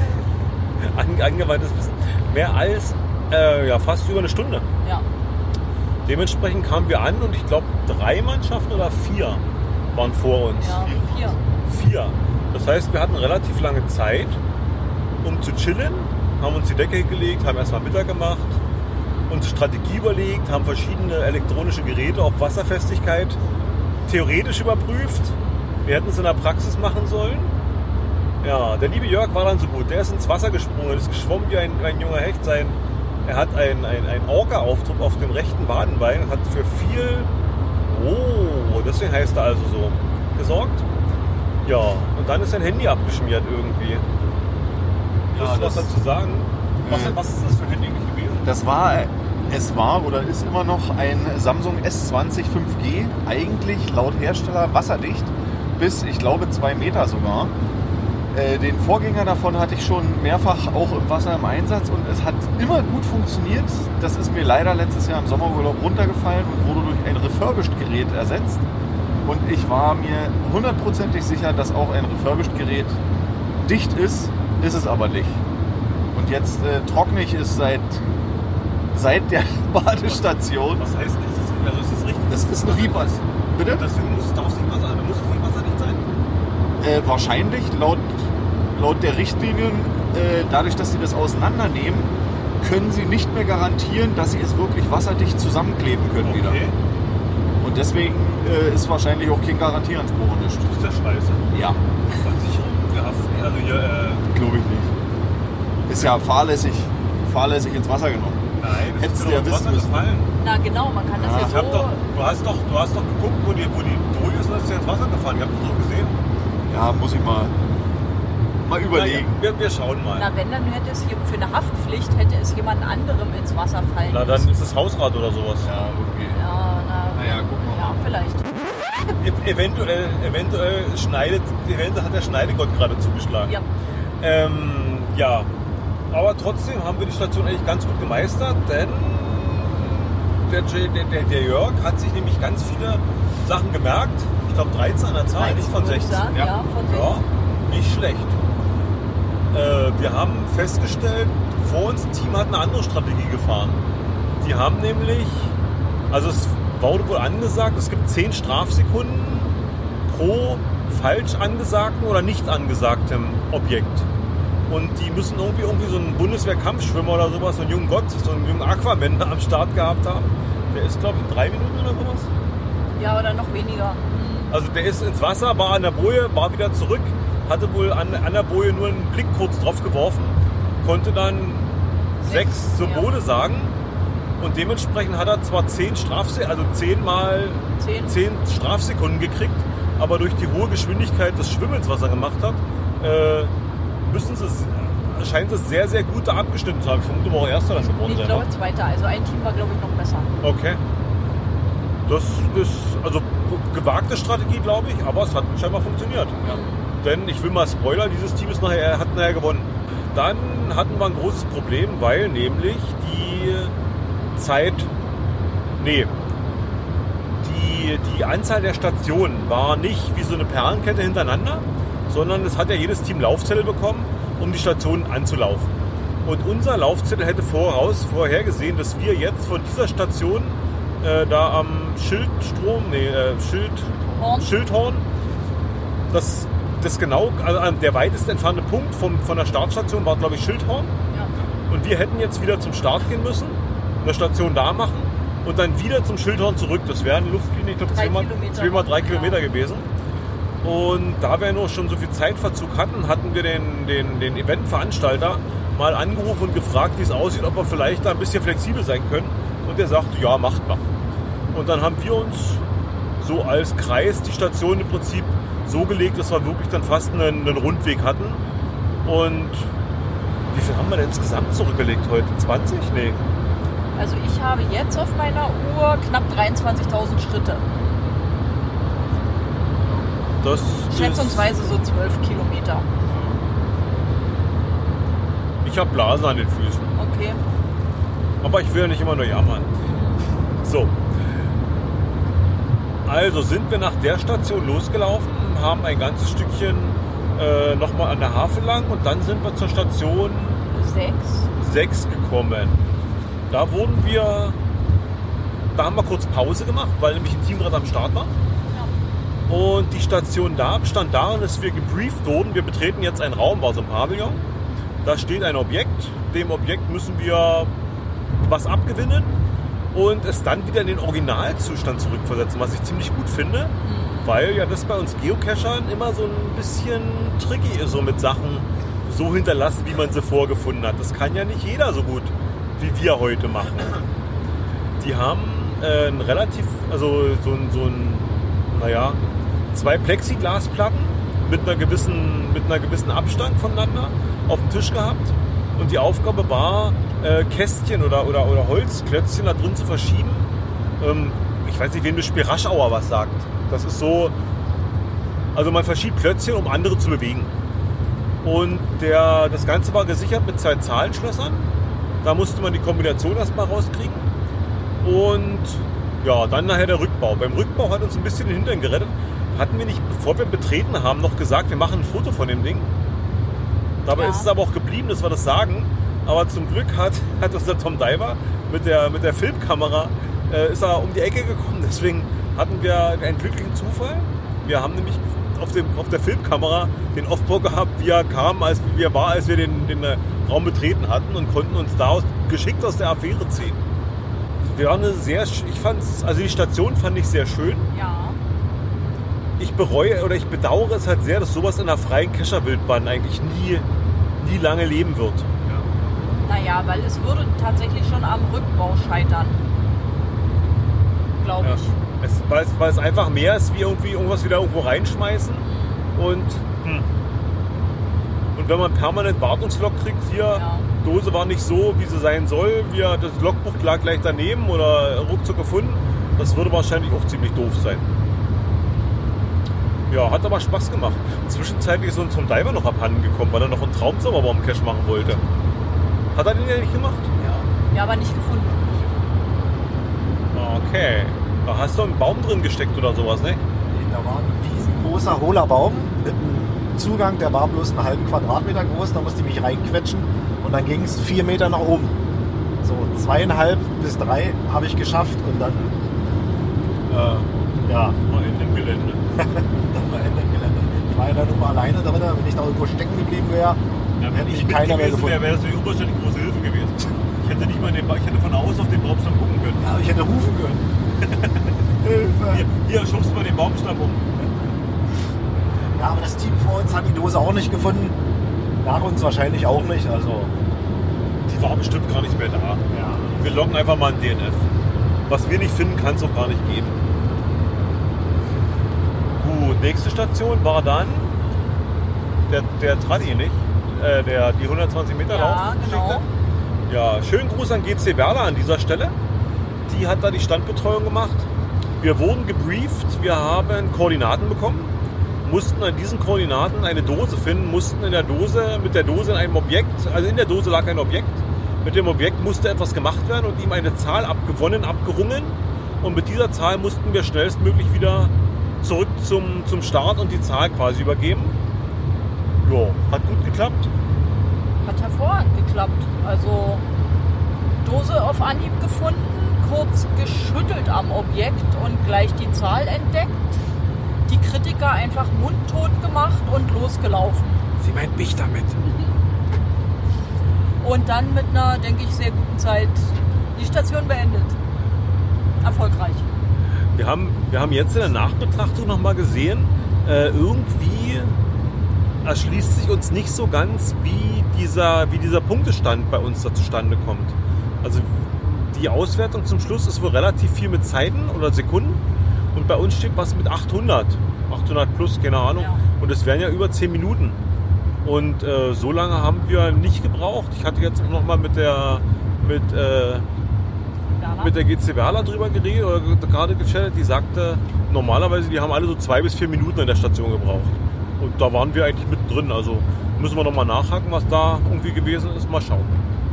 A: Angewandtes Wissen. Mehr als fast über eine Stunde.
B: Ja.
A: Dementsprechend kamen wir an und ich glaube 3 Mannschaften oder 4 waren vor uns.
B: Ja,
A: 4. Das heißt, wir hatten relativ lange Zeit, um zu chillen, haben uns die Decke gelegt, haben erstmal Mittag gemacht, uns Strategie überlegt, haben verschiedene elektronische Geräte auf Wasserfestigkeit theoretisch überprüft. Wir hätten es in der Praxis machen sollen. Ja, der liebe Jörg war dann so gut. Der ist ins Wasser gesprungen, ist geschwommen wie ein junger Hecht. Er hat einen Orca-Aufdruck auf dem rechten Wadenbein und hat für viel, deswegen heißt er also so, gesorgt. Ja, und dann ist sein Handy abgeschmiert irgendwie. Willst du was dazu sagen? Was ist das für ein Handy gewesen?
J: Es war oder ist immer noch ein Samsung S20 5G, eigentlich laut Hersteller wasserdicht, bis ich glaube 2 Meter sogar. Den Vorgänger davon hatte ich schon mehrfach auch im Wasser im Einsatz und es hat immer gut funktioniert. Das ist mir leider letztes Jahr im Sommerurlaub runtergefallen und wurde durch ein Refurbished-Gerät ersetzt. Und ich war mir 100%ig sicher, dass auch ein Refurbished-Gerät dicht ist es aber nicht. Und jetzt trockne ich es seit der Badestation.
A: Was heißt das? Also ist das richtig?
J: Das ist ein Riebas. Bitte?
A: Deswegen muss es wasserdicht sein?
J: Wahrscheinlich laut der Richtlinien, dadurch, dass sie das auseinandernehmen, können sie nicht mehr garantieren, dass sie es wirklich wasserdicht zusammenkleben können wieder. Und deswegen ist wahrscheinlich auch kein Garantieanspruch nicht.
A: Das ist ja scheiße.
J: Ja.
A: Versicherung für Haft, also hier,
J: glaube ich nicht. Ist ja fahrlässig ins Wasser genommen.
A: Nein, das
J: hättest
A: ist
J: du ja wissen müssen.
B: Na genau, man kann das ja so...
A: Du hast doch geguckt, wo die Boje ist und hast ja ins Wasser gefahren. Ich hab das so gesehen.
J: Ja, muss ich mal überlegen.
A: Ja, wir schauen mal.
B: Na, wenn, dann hätte es hier für eine Haftpflicht, hätte es jemand anderem ins Wasser fallen müssen.
A: Na, dann ist es Hausrat oder sowas.
J: Ja, okay.
B: Ja,
J: gucken wir mal.
B: Ja, vielleicht.
A: Eventuell hat der Schneidegott gerade zugeschlagen.
B: Ja.
A: Aber trotzdem haben wir die Station eigentlich ganz gut gemeistert, denn der Jörg hat sich nämlich ganz viele Sachen gemerkt. Ich glaube 13 an der Zahl, nicht von 16.
B: Ja, von 16.
A: Ja, nicht schlecht. Wir haben festgestellt, vor uns ein Team hat eine andere Strategie gefahren. Die haben nämlich, also es wurde wohl angesagt, es gibt 10 Strafsekunden pro falsch angesagten oder nicht angesagtem Objekt. Und die müssen irgendwie so einen Bundeswehr-Kampfschwimmer oder sowas, so einen jungen Gott, so einen jungen Aquaman am Start gehabt haben. Der ist, glaube ich, in 3 Minuten oder sowas.
B: Ja, oder noch weniger.
A: Also der ist ins Wasser, war an der Boje, war wieder zurück, hatte wohl an der Boje nur einen Blick kurz drauf geworfen, konnte dann 6 zur Bode sagen. Und dementsprechend hat er zwar 10 Strafsekunden gekriegt, aber durch die hohe Geschwindigkeit des Schwimmens, was er gemacht hat, scheint es sehr, sehr gut da abgestimmt zu haben. Ich vermute mal auch Erster dann geworden sein.
B: Ich glaube Zweiter, also ein Team war, glaube ich, noch besser.
A: Okay. Das ist also gewagte Strategie, glaube ich, aber es hat scheinbar funktioniert. Ja. Denn ich will mal spoilern, dieses Team hat nachher gewonnen. Dann hatten wir ein großes Problem, weil nämlich die Anzahl der Stationen war nicht wie so eine Perlenkette hintereinander, sondern es hat ja jedes Team Laufzettel bekommen, um die Stationen anzulaufen. Und unser Laufzettel hätte vorhergesehen, dass wir jetzt von dieser Station da am Schildhorn, das genau, also der weitest entfernte Punkt von der Startstation war, glaube ich, Schildhorn. Ja. Und wir hätten jetzt wieder zum Start gehen müssen, eine Station da machen und dann wieder zum Schildhorn zurück. Das wäre eine Luftlinie, ich glaube, 2x3 Kilometer gewesen. Und da wir nur schon so viel Zeitverzug hatten wir den Eventveranstalter mal angerufen und gefragt, wie es aussieht, ob wir vielleicht da ein bisschen flexibel sein können. Und er sagte, ja, macht mal. Und dann haben wir uns so als Kreis die Station im Prinzip so gelegt, dass wir wirklich dann fast einen Rundweg hatten. Und wie viel haben wir denn insgesamt zurückgelegt heute? 20? Nee.
B: Also ich habe jetzt auf meiner Uhr knapp 23.000 Schritte.
A: Das
B: schätzungsweise so 12 Kilometer.
A: Ich habe Blasen an den Füßen.
B: Okay.
A: Aber ich will ja nicht immer nur jammern. So. Also sind wir nach der Station losgelaufen, haben ein ganzes Stückchen nochmal an der Havel lang und dann sind wir zur Station 6 gekommen. Da haben wir kurz Pause gemacht, weil nämlich ein Team gerade am Start war. Ja. Und die Station da bestand darin, dass wir gebrieft wurden. Wir betreten jetzt einen Raum, war so ein Pavillon. Da steht ein Objekt. Dem Objekt müssen wir was abgewinnen und es dann wieder in den Originalzustand zurückversetzen, was ich ziemlich gut finde, weil ja das bei uns Geocachern immer so ein bisschen tricky ist, so mit Sachen so hinterlassen, wie man sie vorgefunden hat. Das kann ja nicht jeder so gut, wie wir heute machen. Die haben ein relativ, also zwei Plexiglasplatten mit einer gewissen Abstand voneinander auf dem Tisch gehabt. Und die Aufgabe war, Kästchen oder Holzklötzchen da drin zu verschieben. Ich weiß nicht, wem das Spiel Raschauer was sagt. Das ist so, also man verschiebt Klötzchen, um andere zu bewegen. Und das Ganze war gesichert mit 2 Zahlenschlössern. Da musste man die Kombination erstmal rauskriegen. Und ja, dann nachher der Rückbau. Beim Rückbau hat uns ein bisschen den Hintern gerettet. Hatten wir nicht, bevor wir betreten haben, noch gesagt, wir machen ein Foto von dem Ding. Dabei ist es aber auch geblieben, dass wir das sagen. Aber zum Glück hat unser Tom Diver mit der Filmkamera ist er um die Ecke gekommen. Deswegen hatten wir einen glücklichen Zufall. Wir haben nämlich auf der Filmkamera den Aufbau gehabt, wie er kam, als wir den Raum betreten hatten und konnten uns daraus geschickt aus der Affäre ziehen. Die Station fand ich sehr schön.
B: Ja.
A: Ich bedauere es halt sehr, dass sowas in der freien Kescherwildbahn eigentlich nie lange leben wird.
B: Ja. Naja, weil es würde tatsächlich schon am Rückbau scheitern. Glaube ich.
A: Weil es einfach mehr ist, wie irgendwas wieder irgendwo reinschmeißen. Und wenn man permanent Wartungslog kriegt, hier, Dose war nicht so, wie sie sein soll, das Logbuch lag gleich daneben oder ruckzuck gefunden, das würde wahrscheinlich auch ziemlich doof sein. Ja, hat aber Spaß gemacht. Zwischenzeitlich ist uns zum Diver noch abhanden gekommen, weil er noch einen Traumzauberbaum-Cache machen wollte. Hat er den ja nicht gemacht?
B: Ja, aber nicht gefunden.
A: Okay. Da hast du einen Baum drin gesteckt oder sowas, ne?
K: Da war ein riesengroßer, hohler Baum mit einem Zugang, der war bloß einen halben Quadratmeter groß. Da musste ich mich reinquetschen und dann ging es 4 Meter nach oben. So 2,5 bis 3 habe ich geschafft und dann
A: Mal in dem Gelände.
K: Ich war ja dann nur mal alleine drin, wenn ich da irgendwo stecken geblieben wäre, hätte ich keiner mehr gefunden.
A: Wäre das eine überständig große Hilfe gewesen. Ich hätte von außen auf den Baumstamm gucken können.
K: Ja, ich hätte rufen können. Hilfe!
A: Hier schubst mal den Baumstamm um.
K: Ja, aber das Team vor uns hat die Dose auch nicht gefunden. Nach uns wahrscheinlich auch nicht. Also
A: die war bestimmt gar nicht mehr da. Ja. Wir loggen einfach mal ein DNF. Was wir nicht finden, kann es auch gar nicht geben. Gut, nächste Station war dann der Traddy, nicht? Die 120 Meter Laufgeschichte.
B: Genau.
A: Ja, schönen Gruß an GC Werder an dieser Stelle. Die hat da die Standbetreuung gemacht. Wir wurden gebrieft, wir haben Koordinaten bekommen, mussten an diesen Koordinaten eine Dose finden, mussten mit der Dose in einem Objekt, also in der Dose lag ein Objekt, mit dem Objekt musste etwas gemacht werden und ihm eine Zahl abgerungen und mit dieser Zahl mussten wir schnellstmöglich wieder zurück zum Start und die Zahl quasi übergeben. Jo, hat gut geklappt.
B: Hat hervorragend geklappt. Also Dose auf Anhieb gefunden, kurz geschüttelt am Objekt und gleich die Zahl entdeckt. Die Kritiker einfach mundtot gemacht und losgelaufen.
A: Sie meint mich damit.
B: Und dann mit einer, denke ich, sehr guten Zeit die Station beendet. Erfolgreich.
A: Wir haben jetzt in der Nachbetrachtung nochmal gesehen, irgendwie, erschließt sich uns nicht so ganz, wie dieser Punktestand bei uns da zustande kommt. Also die Auswertung zum Schluss ist wohl relativ viel mit Zeiten oder Sekunden und bei uns steht was mit 800 plus, keine Ahnung. Ja. Und es wären ja über 10 Minuten. Und so lange haben wir nicht gebraucht. Ich hatte jetzt noch mal mit der GC Werler drüber geredet oder gerade gechattet, die sagte, normalerweise, die haben alle so 2 bis 4 Minuten an der Station gebraucht. Und da waren wir eigentlich mittendrin. Also müssen wir nochmal nachhaken, was da irgendwie gewesen ist. Mal schauen.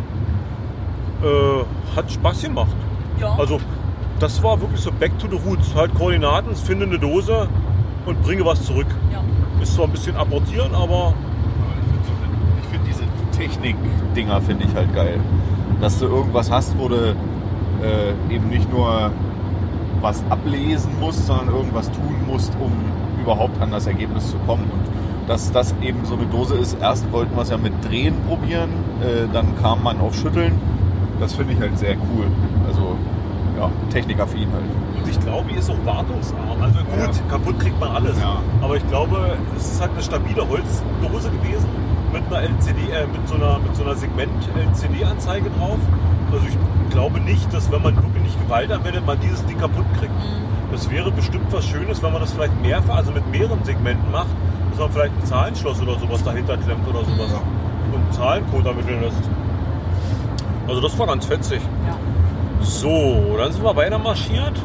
A: Hat Spaß gemacht. Ja. Also das war wirklich so back to the roots. Halt Koordinaten, finde eine Dose und bringe was zurück. Ja. Ist zwar ein bisschen apportieren, aber...
J: Ich finde diese Technik-Dinger finde ich halt geil. Dass du irgendwas hast, wo du eben nicht nur was ablesen musst, sondern irgendwas tun musst, um überhaupt an das Ergebnis zu kommen. Und dass das eben so eine Dose ist, erst wollten wir es ja mit Drehen probieren, dann kam man auf Schütteln. Das finde ich halt sehr cool. Also ja, technikaffin halt.
A: Und ich glaube, die ist auch wartungsarm. Also gut, kaputt kriegt man alles. Ja. Aber ich glaube, es ist halt eine stabile Holzdose gewesen mit einer LCD, mit so einer Segment-LCD-Anzeige drauf. Also ich glaube nicht, dass wenn man wirklich nicht Gewalt anwendet, man dieses Ding kaputt kriegt. Das wäre bestimmt was Schönes, wenn man das vielleicht also mit mehreren Segmenten macht, dass man vielleicht ein Zahlenschloss oder sowas dahinter klemmt oder sowas und einen Zahlencode ermitteln lässt. Also das war ganz fetzig. Ja. So, dann sind wir weiter marschiert.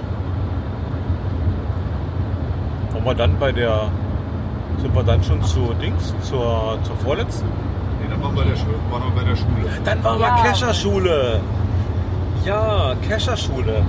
A: Sind wir dann schon zur vorletzten?
J: Nee, dann waren wir bei der Schule.
A: Dann waren wir Kescherschule. Ja, Kescherschule.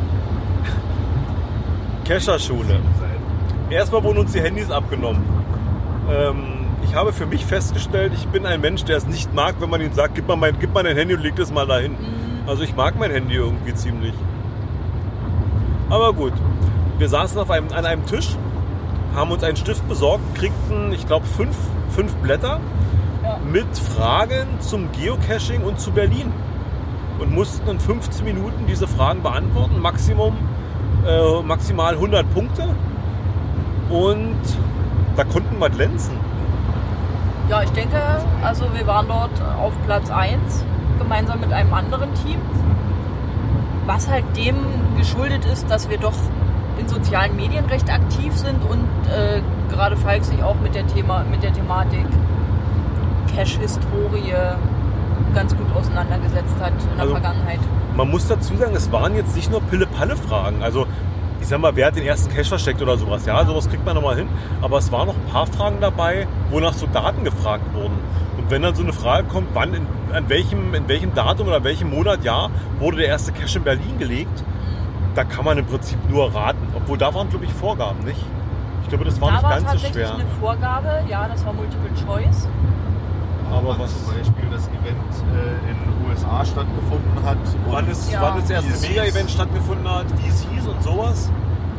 A: Erstmal wurden uns die Handys abgenommen. Ich habe für mich festgestellt, ich bin ein Mensch, der es nicht mag, wenn man ihm sagt, gib mal dein Handy und leg das mal dahin. Also ich mag mein Handy irgendwie ziemlich. Aber gut, wir saßen an einem Tisch, haben uns einen Stift besorgt, kriegten, ich glaube, fünf Blätter mit Fragen zum Geocaching und zu Berlin. Und mussten in 15 Minuten diese Fragen beantworten, maximal 100 Punkte. Und da konnten wir glänzen.
B: Ja, ich denke, also wir waren dort auf Platz 1, gemeinsam mit einem anderen Team. Was halt dem geschuldet ist, dass wir doch in sozialen Medien recht aktiv sind und gerade Falk sich auch mit der Thematik Cache-Historie ganz gut auseinandergesetzt hat in der Vergangenheit.
A: Man muss dazu sagen, es waren jetzt nicht nur Pille-Palle-Fragen. Also ich sag mal, wer hat den ersten Cache versteckt oder sowas? Ja, sowas kriegt man nochmal hin. Aber es waren noch ein paar Fragen dabei, wo nach so Daten gefragt wurden. Und wenn dann so eine Frage kommt, wann, in welchem Datum oder welchem Monat, wurde der erste Cache in Berlin gelegt, da kann man im Prinzip nur raten. Obwohl da waren, glaube ich, Vorgaben, nicht? Ich glaube, das war nicht ganz so schwer.
B: Da war tatsächlich eine Vorgabe, das war Multiple Choice.
J: Aber was zum Beispiel das Event in den USA stattgefunden hat.
A: Wann das erste Mega-Event stattgefunden hat, wie es hieß und sowas.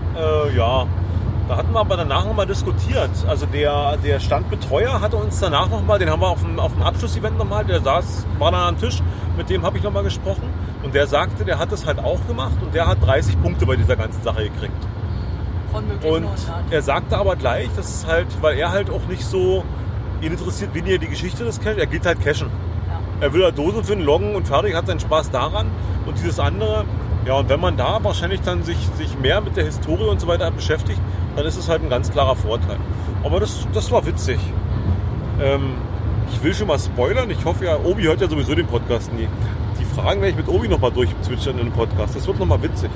A: Da hatten wir aber danach nochmal diskutiert. Also der Standbetreuer hatte uns danach nochmal, den haben wir auf dem Abschlussevent nochmal, war dann am Tisch, mit dem habe ich nochmal gesprochen. Und der sagte, der hat das halt auch gemacht und der hat 30 Punkte bei dieser ganzen Sache gekriegt.
B: Von möglichen 100.
A: Er sagte aber gleich, das ist halt, weil er halt auch nicht so... Ihn interessiert weniger die Geschichte des Caches, er geht halt cashen. Ja. Er will halt Dosen finden, loggen und fertig, hat seinen Spaß daran. Und dieses andere, und wenn man da wahrscheinlich dann sich mehr mit der Historie und so weiter beschäftigt, dann ist es halt ein ganz klarer Vorteil. Aber das war witzig. Ich will schon mal spoilern, ich hoffe Obi hört ja sowieso den Podcast nie. Die Fragen werde ich mit Obi nochmal durchzwitschern in dem Podcast, das wird nochmal witzig.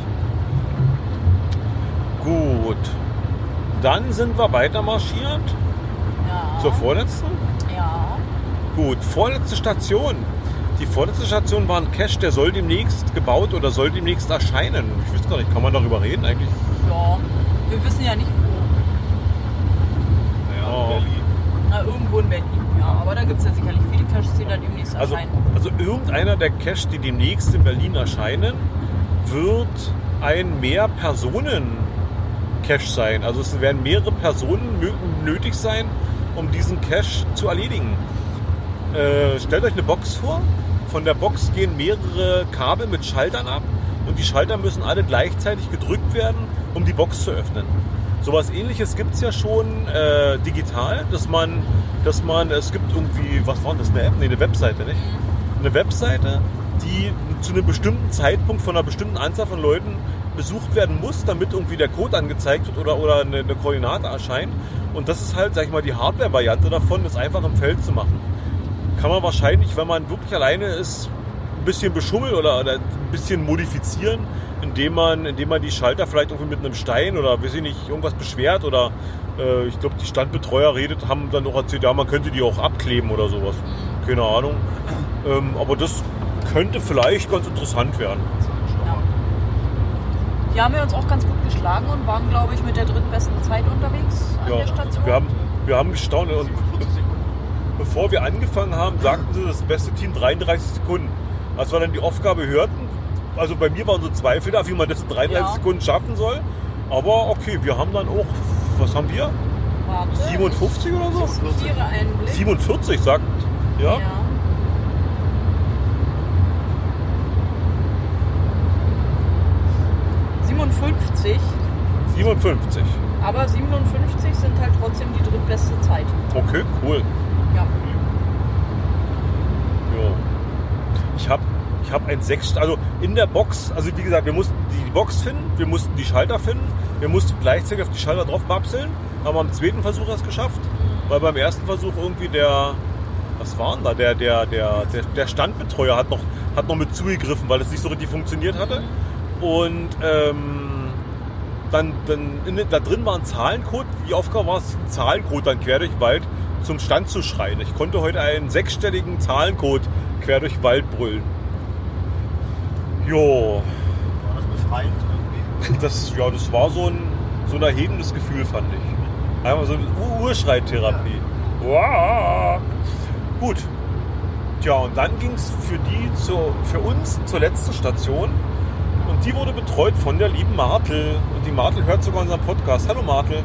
A: Gut, dann sind wir weiter marschiert. Zur vorletzten?
B: Ja.
A: Gut, vorletzte Station. Die vorletzte Station war ein Cache, der soll demnächst gebaut oder soll demnächst erscheinen. Ich weiß gar nicht, kann man darüber reden eigentlich?
B: Ja, wir wissen ja nicht wo.
J: Berlin.
B: Na, irgendwo in Berlin, aber da gibt es ja sicherlich viele Caches, die da demnächst erscheinen.
A: Also irgendeiner der Caches, die demnächst in Berlin erscheinen, wird ein Mehr-Personen-Cache sein. Also es werden mehrere Personen nötig sein, um diesen Cache zu erledigen. Stellt euch eine Box vor. Von der Box gehen mehrere Kabel mit Schaltern ab und die Schalter müssen alle gleichzeitig gedrückt werden, um die Box zu öffnen. Sowas Ähnliches gibt es ja schon digital, dass man, es gibt irgendwie, was war das, eine App? Nee, eine Webseite, nicht? Eine Webseite, die zu einem bestimmten Zeitpunkt von einer bestimmten Anzahl von Leuten besucht werden muss, damit irgendwie der Code angezeigt wird oder eine Koordinate erscheint. Und das ist halt, sag ich mal, die Hardware-Variante davon, das einfach im Feld zu machen. Kann man wahrscheinlich, wenn man wirklich alleine ist, ein bisschen beschummeln oder ein bisschen modifizieren, indem man die Schalter vielleicht irgendwie mit einem Stein oder weiß ich nicht, irgendwas beschwert oder ich glaube, die Standbetreuer haben dann auch erzählt, ja, man könnte die auch abkleben oder sowas. Keine Ahnung. Aber das könnte vielleicht ganz interessant werden.
B: Ja. Hier haben wir uns auch ganz gut geschlagen und waren, glaube ich, mit der drittbesten Zeit unterwegs an der Station.
A: Wir haben gestaunt und bevor wir angefangen haben, sagten sie, das beste Team 33 Sekunden. Als wir dann die Aufgabe hörten, also bei mir waren so Zweifel da, wie man das in 33 Sekunden schaffen soll. Aber okay, wir haben dann auch, was haben wir?
B: Warte,
A: 57 oder so? 47 sagt, ja. 57.
B: Aber 57 sind halt trotzdem die drittbeste Zeit.
A: Okay, cool.
B: Ja.
A: Jo. Ich hab ein also in der Box, also wie gesagt, wir mussten die Box finden, wir mussten die Schalter finden, wir mussten gleichzeitig auf die Schalter drauf babseln. Haben wir am zweiten Versuch das geschafft, weil beim ersten Versuch irgendwie der Standbetreuer hat noch mit zugegriffen, weil es nicht so richtig funktioniert hatte. Und da drin war ein Zahlencode. Die Aufgabe war es, einen Zahlencode dann quer durch den Wald zum Stand zu schreien. Ich konnte heute einen 6-stelligen Zahlencode quer durch den Wald brüllen. Jo.
K: War das befreiend irgendwie?
A: Das war so ein erhebendes Gefühl, fand ich. Einmal so eine Urschreitherapie. Wow. Gut. Tja, und dann ging es für uns zur letzten Station. Und die wurde betreut von der lieben Martel. Und die Martel hört sogar unseren Podcast. Hallo Martel.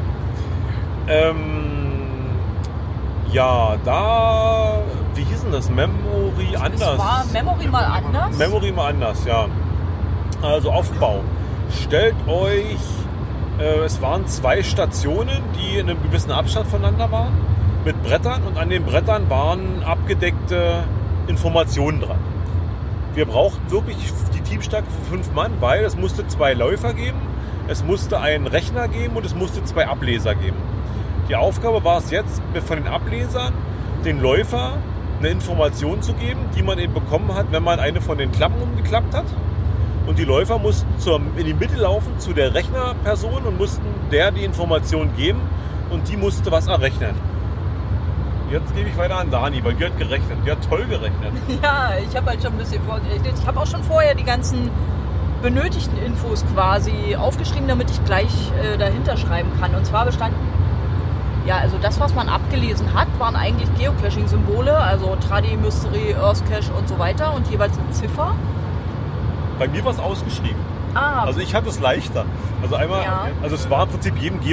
A: Wie hieß denn das? Memory anders?
B: Es war Memory mal anders.
A: Memory mal anders, ja. Also Aufbau. Stellt euch, es waren 2 Stationen, die in einem gewissen Abstand voneinander waren, mit Brettern. Und an den Brettern waren abgedeckte Informationen dran. Wir brauchten wirklich die Teamstärke für 5 Mann, weil es musste 2 Läufer geben, es musste einen Rechner geben und es musste 2 Ableser geben. Die Aufgabe war es jetzt, von den Ablesern den Läufer eine Information zu geben, die man eben bekommen hat, wenn man eine von den Klappen umgeklappt hat. Und die Läufer mussten in die Mitte laufen zu der Rechnerperson und mussten der die Information geben und die musste was errechnen. Jetzt gebe ich weiter an Dani, weil die hat gerechnet. Die hat toll gerechnet.
B: Ja, ich habe halt schon ein bisschen vorgerechnet. Ich habe auch schon vorher die ganzen benötigten Infos quasi aufgeschrieben, damit ich gleich dahinter schreiben kann. Und zwar bestanden, also das, was man abgelesen hat, waren eigentlich Geocaching-Symbole, also Tradi, Mystery, Earthcache und so weiter und jeweils eine Ziffer.
A: Bei mir war es ausgeschrieben. Also ich hatte es leichter. Also einmal, also es war im Prinzip jedem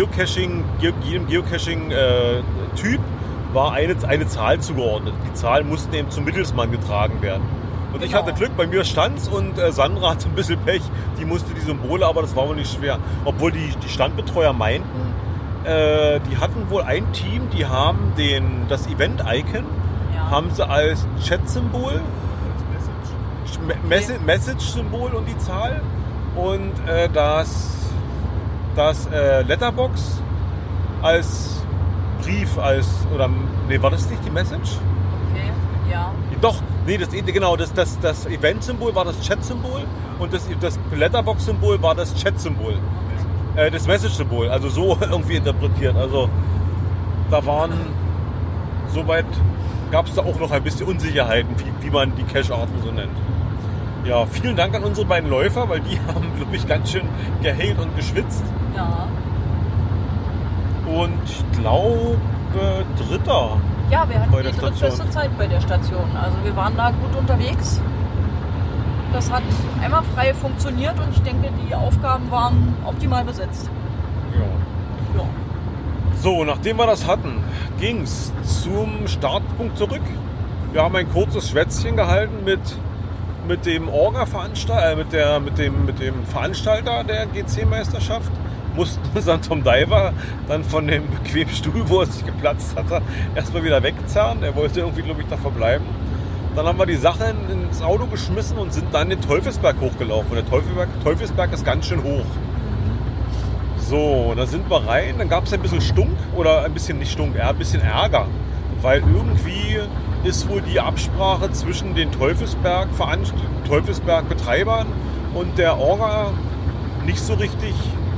A: Geocaching-Typ war eine Zahl zugeordnet. Die Zahlen mussten eben zum Mittelsmann getragen werden. Und ich hatte Glück, bei mir stand's und Sandra hatte ein bisschen Pech. Die musste die Symbole, aber das war wohl nicht schwer. Obwohl die Standbetreuer meinten, die hatten wohl ein Team, die haben das Event-Icon haben sie als Chat-Symbol, Message-Symbol und die Zahl und das Letterbox als Brief, war das nicht die Message?
B: Okay, ja.
A: Doch, das Event-Symbol war das Chat-Symbol und das Letterbox-Symbol war das Chat-Symbol. Das Message-Symbol, also so irgendwie interpretiert. Also da gab es da auch noch ein bisschen Unsicherheiten, wie man die Cache-Arten so nennt. Ja, vielen Dank an unsere beiden Läufer, weil die haben, glaube ich, ganz schön gehailt und geschwitzt.
B: Ja.
A: Und ich glaube, Dritter.
B: Ja, wir hatten die drittbeste Zeit bei der Station. Also wir waren da gut unterwegs. Das hat einwandfrei funktioniert und ich denke, die Aufgaben waren optimal besetzt.
A: Ja. So, nachdem wir das hatten, ging es zum Startpunkt zurück. Wir haben ein kurzes Schwätzchen gehalten mit dem Veranstalter der GC-Meisterschaft, mussten uns dann Tom Diver dann von dem bequemen Stuhl, wo er sich geplatzt hatte, erstmal wieder wegzerren. Er wollte irgendwie, glaube ich, da verbleiben. Dann haben wir die Sache ins Auto geschmissen und sind dann den Teufelsberg hochgelaufen. Und der Teufelsberg ist ganz schön hoch. So, da sind wir rein. Dann gab es ein bisschen Stunk oder ein bisschen nicht Stunk, eher ein bisschen Ärger. Weil irgendwie ist wohl die Absprache zwischen den Teufelsberg-Betreibern und der Orga nicht so richtig,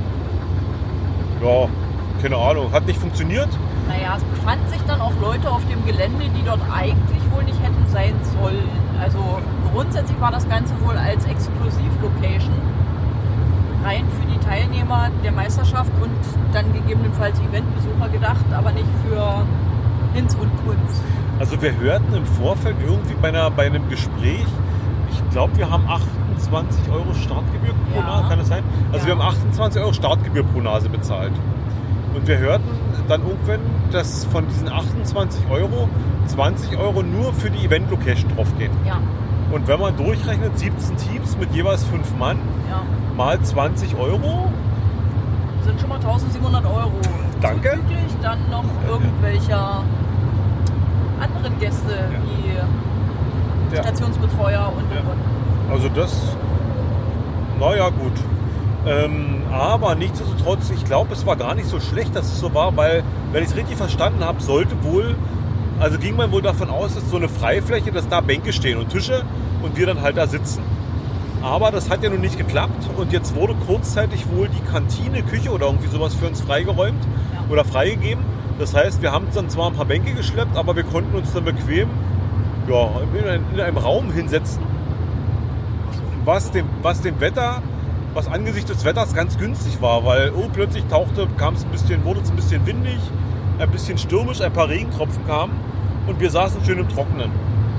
A: ja, keine Ahnung, hat nicht funktioniert.
B: Naja, es befanden sich dann auch Leute auf dem Gelände, die dort eigentlich wohl nicht hätten sein sollen. Also grundsätzlich war das Ganze wohl als Exklusiv-Location rein für die Teilnehmer der Meisterschaft und dann gegebenenfalls Eventbesucher gedacht, aber nicht für Hinz und Kunz.
A: Also wir hörten im Vorfeld irgendwie bei einem Gespräch, ich glaube wir haben 28 € Startgebühr pro Nase, kann das sein? Also wir haben 28 € Startgebühr pro Nase bezahlt. Und wir hörten dann irgendwann, dass von diesen 28 € 20 € nur für die Event-Location draufgehen.
B: Ja.
A: Und wenn man durchrechnet, 17 Teams mit jeweils 5 Mann, mal 20 €.
B: Sind schon mal 1.700 €.
A: Danke.
B: Zuzüglich dann noch irgendwelcher anderen Gäste, wie Stationsbetreuer und.
A: Also das, naja gut. Aber nichtsdestotrotz, ich glaube, es war gar nicht so schlecht, dass es so war, weil, wenn ich es richtig verstanden habe, ging man wohl davon aus, dass so eine Freifläche, dass da Bänke stehen und Tische und wir dann halt da sitzen. Aber das hat ja nun nicht geklappt und jetzt wurde kurzzeitig wohl die Kantine, Küche oder irgendwie sowas für uns freigeräumt oder freigegeben. Das heißt, wir haben dann zwar ein paar Bänke geschleppt, aber wir konnten uns dann bequem in einem Raum hinsetzen, was angesichts des Wetters ganz günstig war, weil plötzlich wurde es ein bisschen windig, ein bisschen stürmisch, ein paar Regentropfen kamen und wir saßen schön im Trockenen.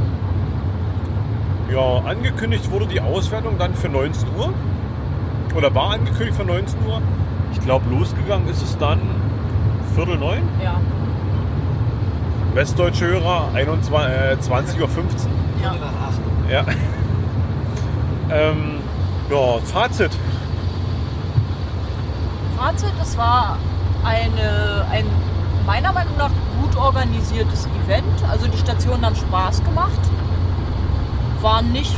A: Ja, angekündigt wurde die Auswertung dann für 19 Uhr oder war angekündigt für 19 Uhr. Ich glaube, losgegangen ist es dann 8:45.
B: Ja.
A: Westdeutsche Hörer 20:15 Uhr. Ja. Fazit.
B: Es war ein meiner Meinung nach gut organisiertes Event. Also die Stationen haben Spaß gemacht. Waren nicht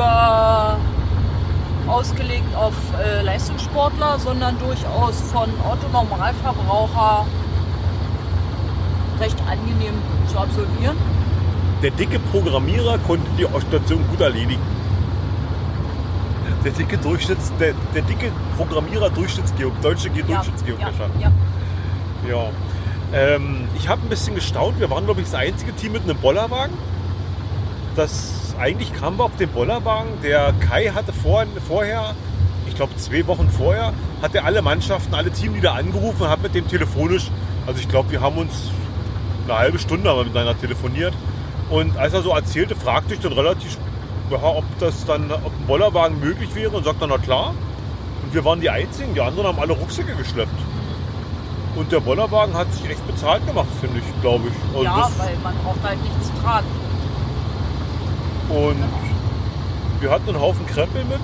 B: ausgelegt auf Leistungssportler, sondern durchaus von Otto-Normalverbraucher recht angenehm zu absolvieren.
A: Der dicke Programmierer konnte die Station gut erledigen. Der dicke Programmierer deutsche Durchschnittsgeocacher. Ja. Ich habe ein bisschen gestaunt. Wir waren, glaube ich, das einzige Team mit einem Bollerwagen. Eigentlich kamen wir auf den Bollerwagen. Der Kai hatte vorher, ich glaube 2 Wochen vorher, hat er alle Mannschaften, alle Teamleader angerufen und hat mit dem telefonisch, also ich glaube, wir haben uns eine halbe Stunde miteinander telefoniert. Und als er so erzählte, fragte ich dann relativ, ob ein Bollerwagen möglich wäre und sagte, na klar. Und wir waren die Einzigen, die anderen haben alle Rucksäcke geschleppt. Und der Bollerwagen hat sich echt bezahlt gemacht, finde ich, glaube ich. Also
B: weil man braucht halt nichts tragen.
A: Und wir hatten einen Haufen Krempel mit.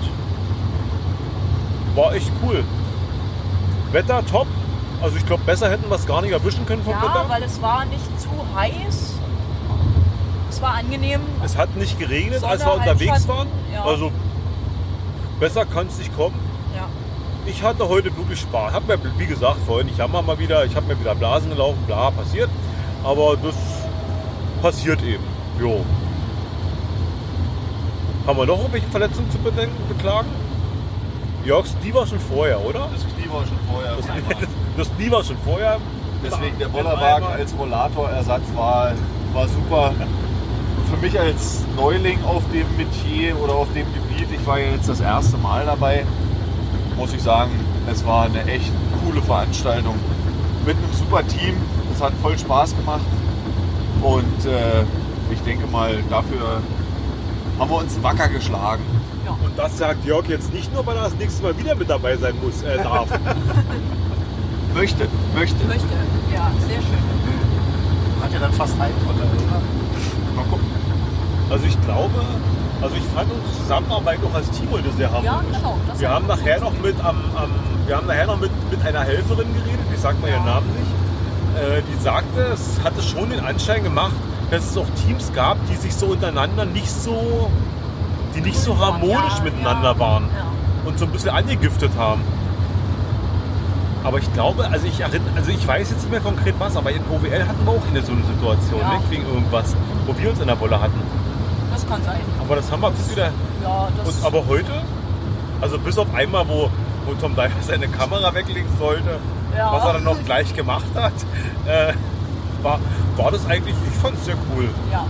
A: War echt cool. Wetter top. Also ich glaube, besser hätten wir es gar nicht erwischen können vom Wetter.
B: Ja, weil es war nicht zu heiß. Es war angenehm.
A: Es hat nicht geregnet, als wir unterwegs waren. Ja. Also besser kann es nicht kommen.
B: Ja.
A: Ich hatte heute wirklich Spaß. Wie gesagt vorhin, ich habe mir wieder Blasen gelaufen, bla, passiert. Aber das passiert eben. Jo. Haben wir noch irgendwelche Verletzungen zu beklagen? Jörg, die war schon vorher, oder?
J: Das Knie war schon vorher.
A: Das Knie war schon vorher.
J: Deswegen der Bollerwagen als Rollatorersatz war super. Für mich als Neuling auf dem Metier oder auf dem Gebiet, ich war ja jetzt das erste Mal dabei, muss ich sagen, es war eine echt coole Veranstaltung. Mit einem super Team, das hat voll Spaß gemacht. Und ich denke mal, dafür haben wir uns wacker geschlagen.
A: Ja. Und das sagt Jörg jetzt nicht nur, weil er das nächste Mal wieder mit dabei sein darf.
J: Möchte.
B: Ja, sehr schön.
K: Hat ja dann fast Heimvorteil, oder?
J: Mal gucken.
A: Also ich glaube, Also ich fand unsere Zusammenarbeit auch als Team heute sehr harmonisch.
B: Ja, genau.
A: Wir haben nachher noch mit einer Helferin geredet, ich sag mal ihren Namen nicht. Die sagte, es hatte schon den Anschein gemacht, dass es auch Teams gab, die sich so untereinander nicht so harmonisch miteinander waren und so ein bisschen angegiftet haben. Aber ich glaube, also ich weiß jetzt nicht mehr konkret was, aber in OWL hatten wir auch so eine Situation, nicht wegen irgendwas, wo wir uns in der Wolle hatten.
B: Das kann sein.
A: Aber das haben wir gut wieder.
B: Ja,
A: aber heute, also bis auf einmal, wo Tom Diver seine Kamera weglegen sollte, was er dann noch gleich gemacht hat, war das eigentlich, ich fand es sehr cool.
B: Ja,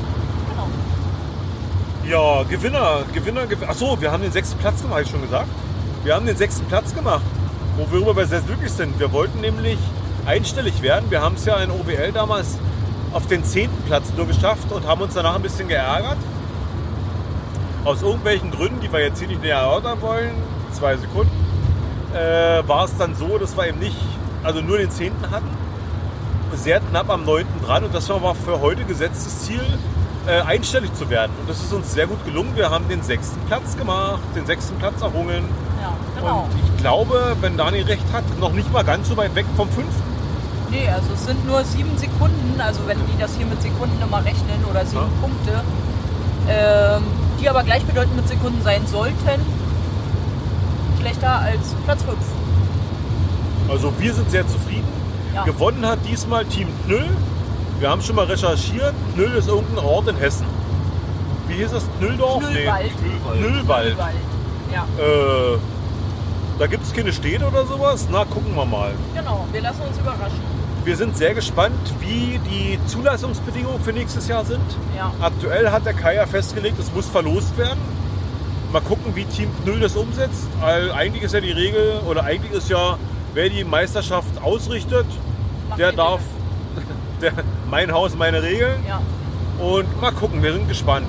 B: genau.
A: Ja, Gewinner. Achso, wir haben den 6. Platz gemacht, habe ich schon gesagt. Wir haben den 6. Platz gemacht, worüber wir sehr glücklich sind. Wir wollten nämlich einstellig werden. Wir haben es ja in OWL damals auf den 10. Platz nur geschafft und haben uns danach ein bisschen geärgert. Aus irgendwelchen Gründen, die wir jetzt hier nicht näher erörtern wollen, 2 Sekunden, war es dann so, dass wir eben nicht, also nur den 10. hatten, sehr knapp am 9. dran und das war für heute gesetztes Ziel, einstellig zu werden. Und das ist uns sehr gut gelungen. Wir haben den 6. Platz gemacht, den 6. Platz errungen.
B: Ja, genau.
A: Und ich glaube, wenn Dani recht hat, noch nicht mal ganz so weit weg vom 5.
B: Nee, also es sind nur 7 Sekunden, also wenn die das hier mit Sekunden immer rechnen oder 7 Punkte, die aber gleichbedeutend mit Sekunden sein sollten, schlechter als Platz 5.
A: Also wir sind sehr zufrieden. Ja. Gewonnen hat diesmal Team Knüll. Wir haben schon mal recherchiert. Knüll ist irgendein Ort in Hessen. Wie hieß das? Knülldorf?
B: Knüllwald.
A: Nee, Knüllwald.
B: Ja.
A: Da gibt es keine Städte oder sowas? Na, gucken wir mal.
B: Genau, wir lassen uns überraschen.
A: Wir sind sehr gespannt, wie die Zulassungsbedingungen für nächstes Jahr sind.
B: Ja.
A: Aktuell hat der Kai ja festgelegt, es muss verlost werden. Mal gucken, wie Team Knüll das umsetzt. Weil eigentlich ist ja die Regel, oder eigentlich ist ja, wer die Meisterschaft ausrichtet, der darf, mein Haus, meine Regeln.
B: Ja.
A: Und mal gucken, wir sind gespannt.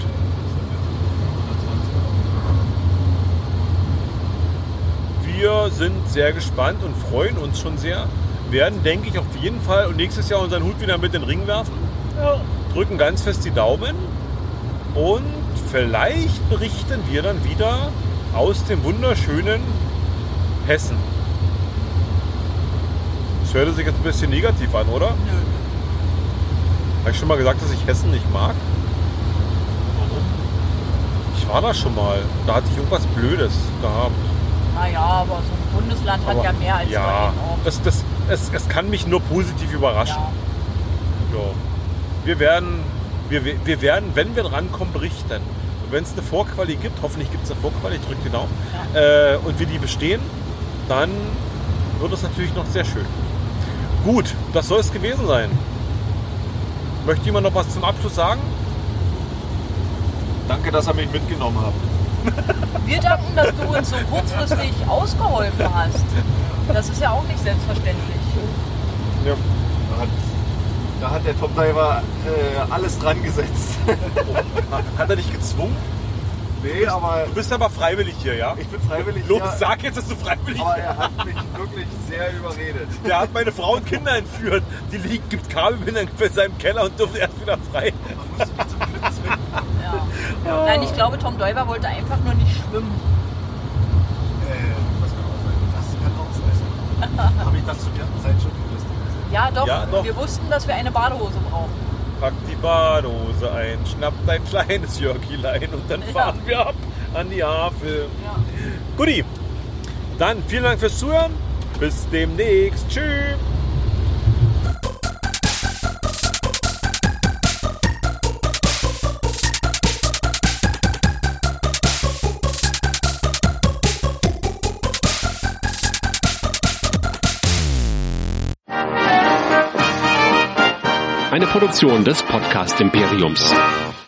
A: Wir sind sehr gespannt und freuen uns schon sehr. Werden, denke ich, auf jeden Fall und nächstes Jahr unseren Hut wieder mit in den Ring werfen. Ja. Drücken ganz fest die Daumen und vielleicht berichten wir dann wieder aus dem wunderschönen Hessen. Das hörte sich jetzt ein bisschen negativ an, oder?
B: Nö.
A: Habe ich schon mal gesagt, dass ich Hessen nicht mag? Ich war da schon mal. Da hatte ich irgendwas Blödes gehabt.
B: Naja, aber so ein Bundesland hat ja mehr als nur einen Ort. Es kann mich nur positiv überraschen. Ja. Wir werden, wenn wir drankommen, berichten. Und wenn es eine Vorquali gibt, hoffentlich gibt es eine Vorquali, ich drücke den Daumen, und wir die bestehen, dann wird es natürlich noch sehr schön. Gut, das soll es gewesen sein. Möchte jemand noch was zum Abschluss sagen?
J: Danke, dass ihr mich mitgenommen habt.
B: Wir danken, dass du uns so kurzfristig ausgeholfen hast. Das ist ja auch nicht selbstverständlich.
J: Ja. Da hat der Tom Diver alles dran gesetzt.
A: Hat er dich gezwungen?
J: Nee, aber...
A: Du bist aber freiwillig hier, ja?
J: Ich bin freiwillig
A: hier.
J: Los,
A: sag jetzt, dass du freiwillig
J: aber er hat mich wirklich sehr überredet.
A: Der hat meine Frau und Kinder entführt. Die gibt Kabelbinder in seinem Keller und durfte erst wieder frei.
B: Ja. Nein, ich glaube, Tom Diver wollte einfach nur nicht schwimmen.
K: Das kann auch sein. Habe ich das zu der Zeit schon gewusst?
B: Ja doch.
A: Ja, doch.
B: Wir wussten, dass wir eine Badehose brauchen.
A: Pack die Badehose ein, schnapp dein kleines Jörgilein und dann fahren wir ab an die Havel. Ja. Guti, dann vielen Dank fürs Zuhören. Bis demnächst. Tschüss.
L: Eine Produktion des Podcast Imperiums.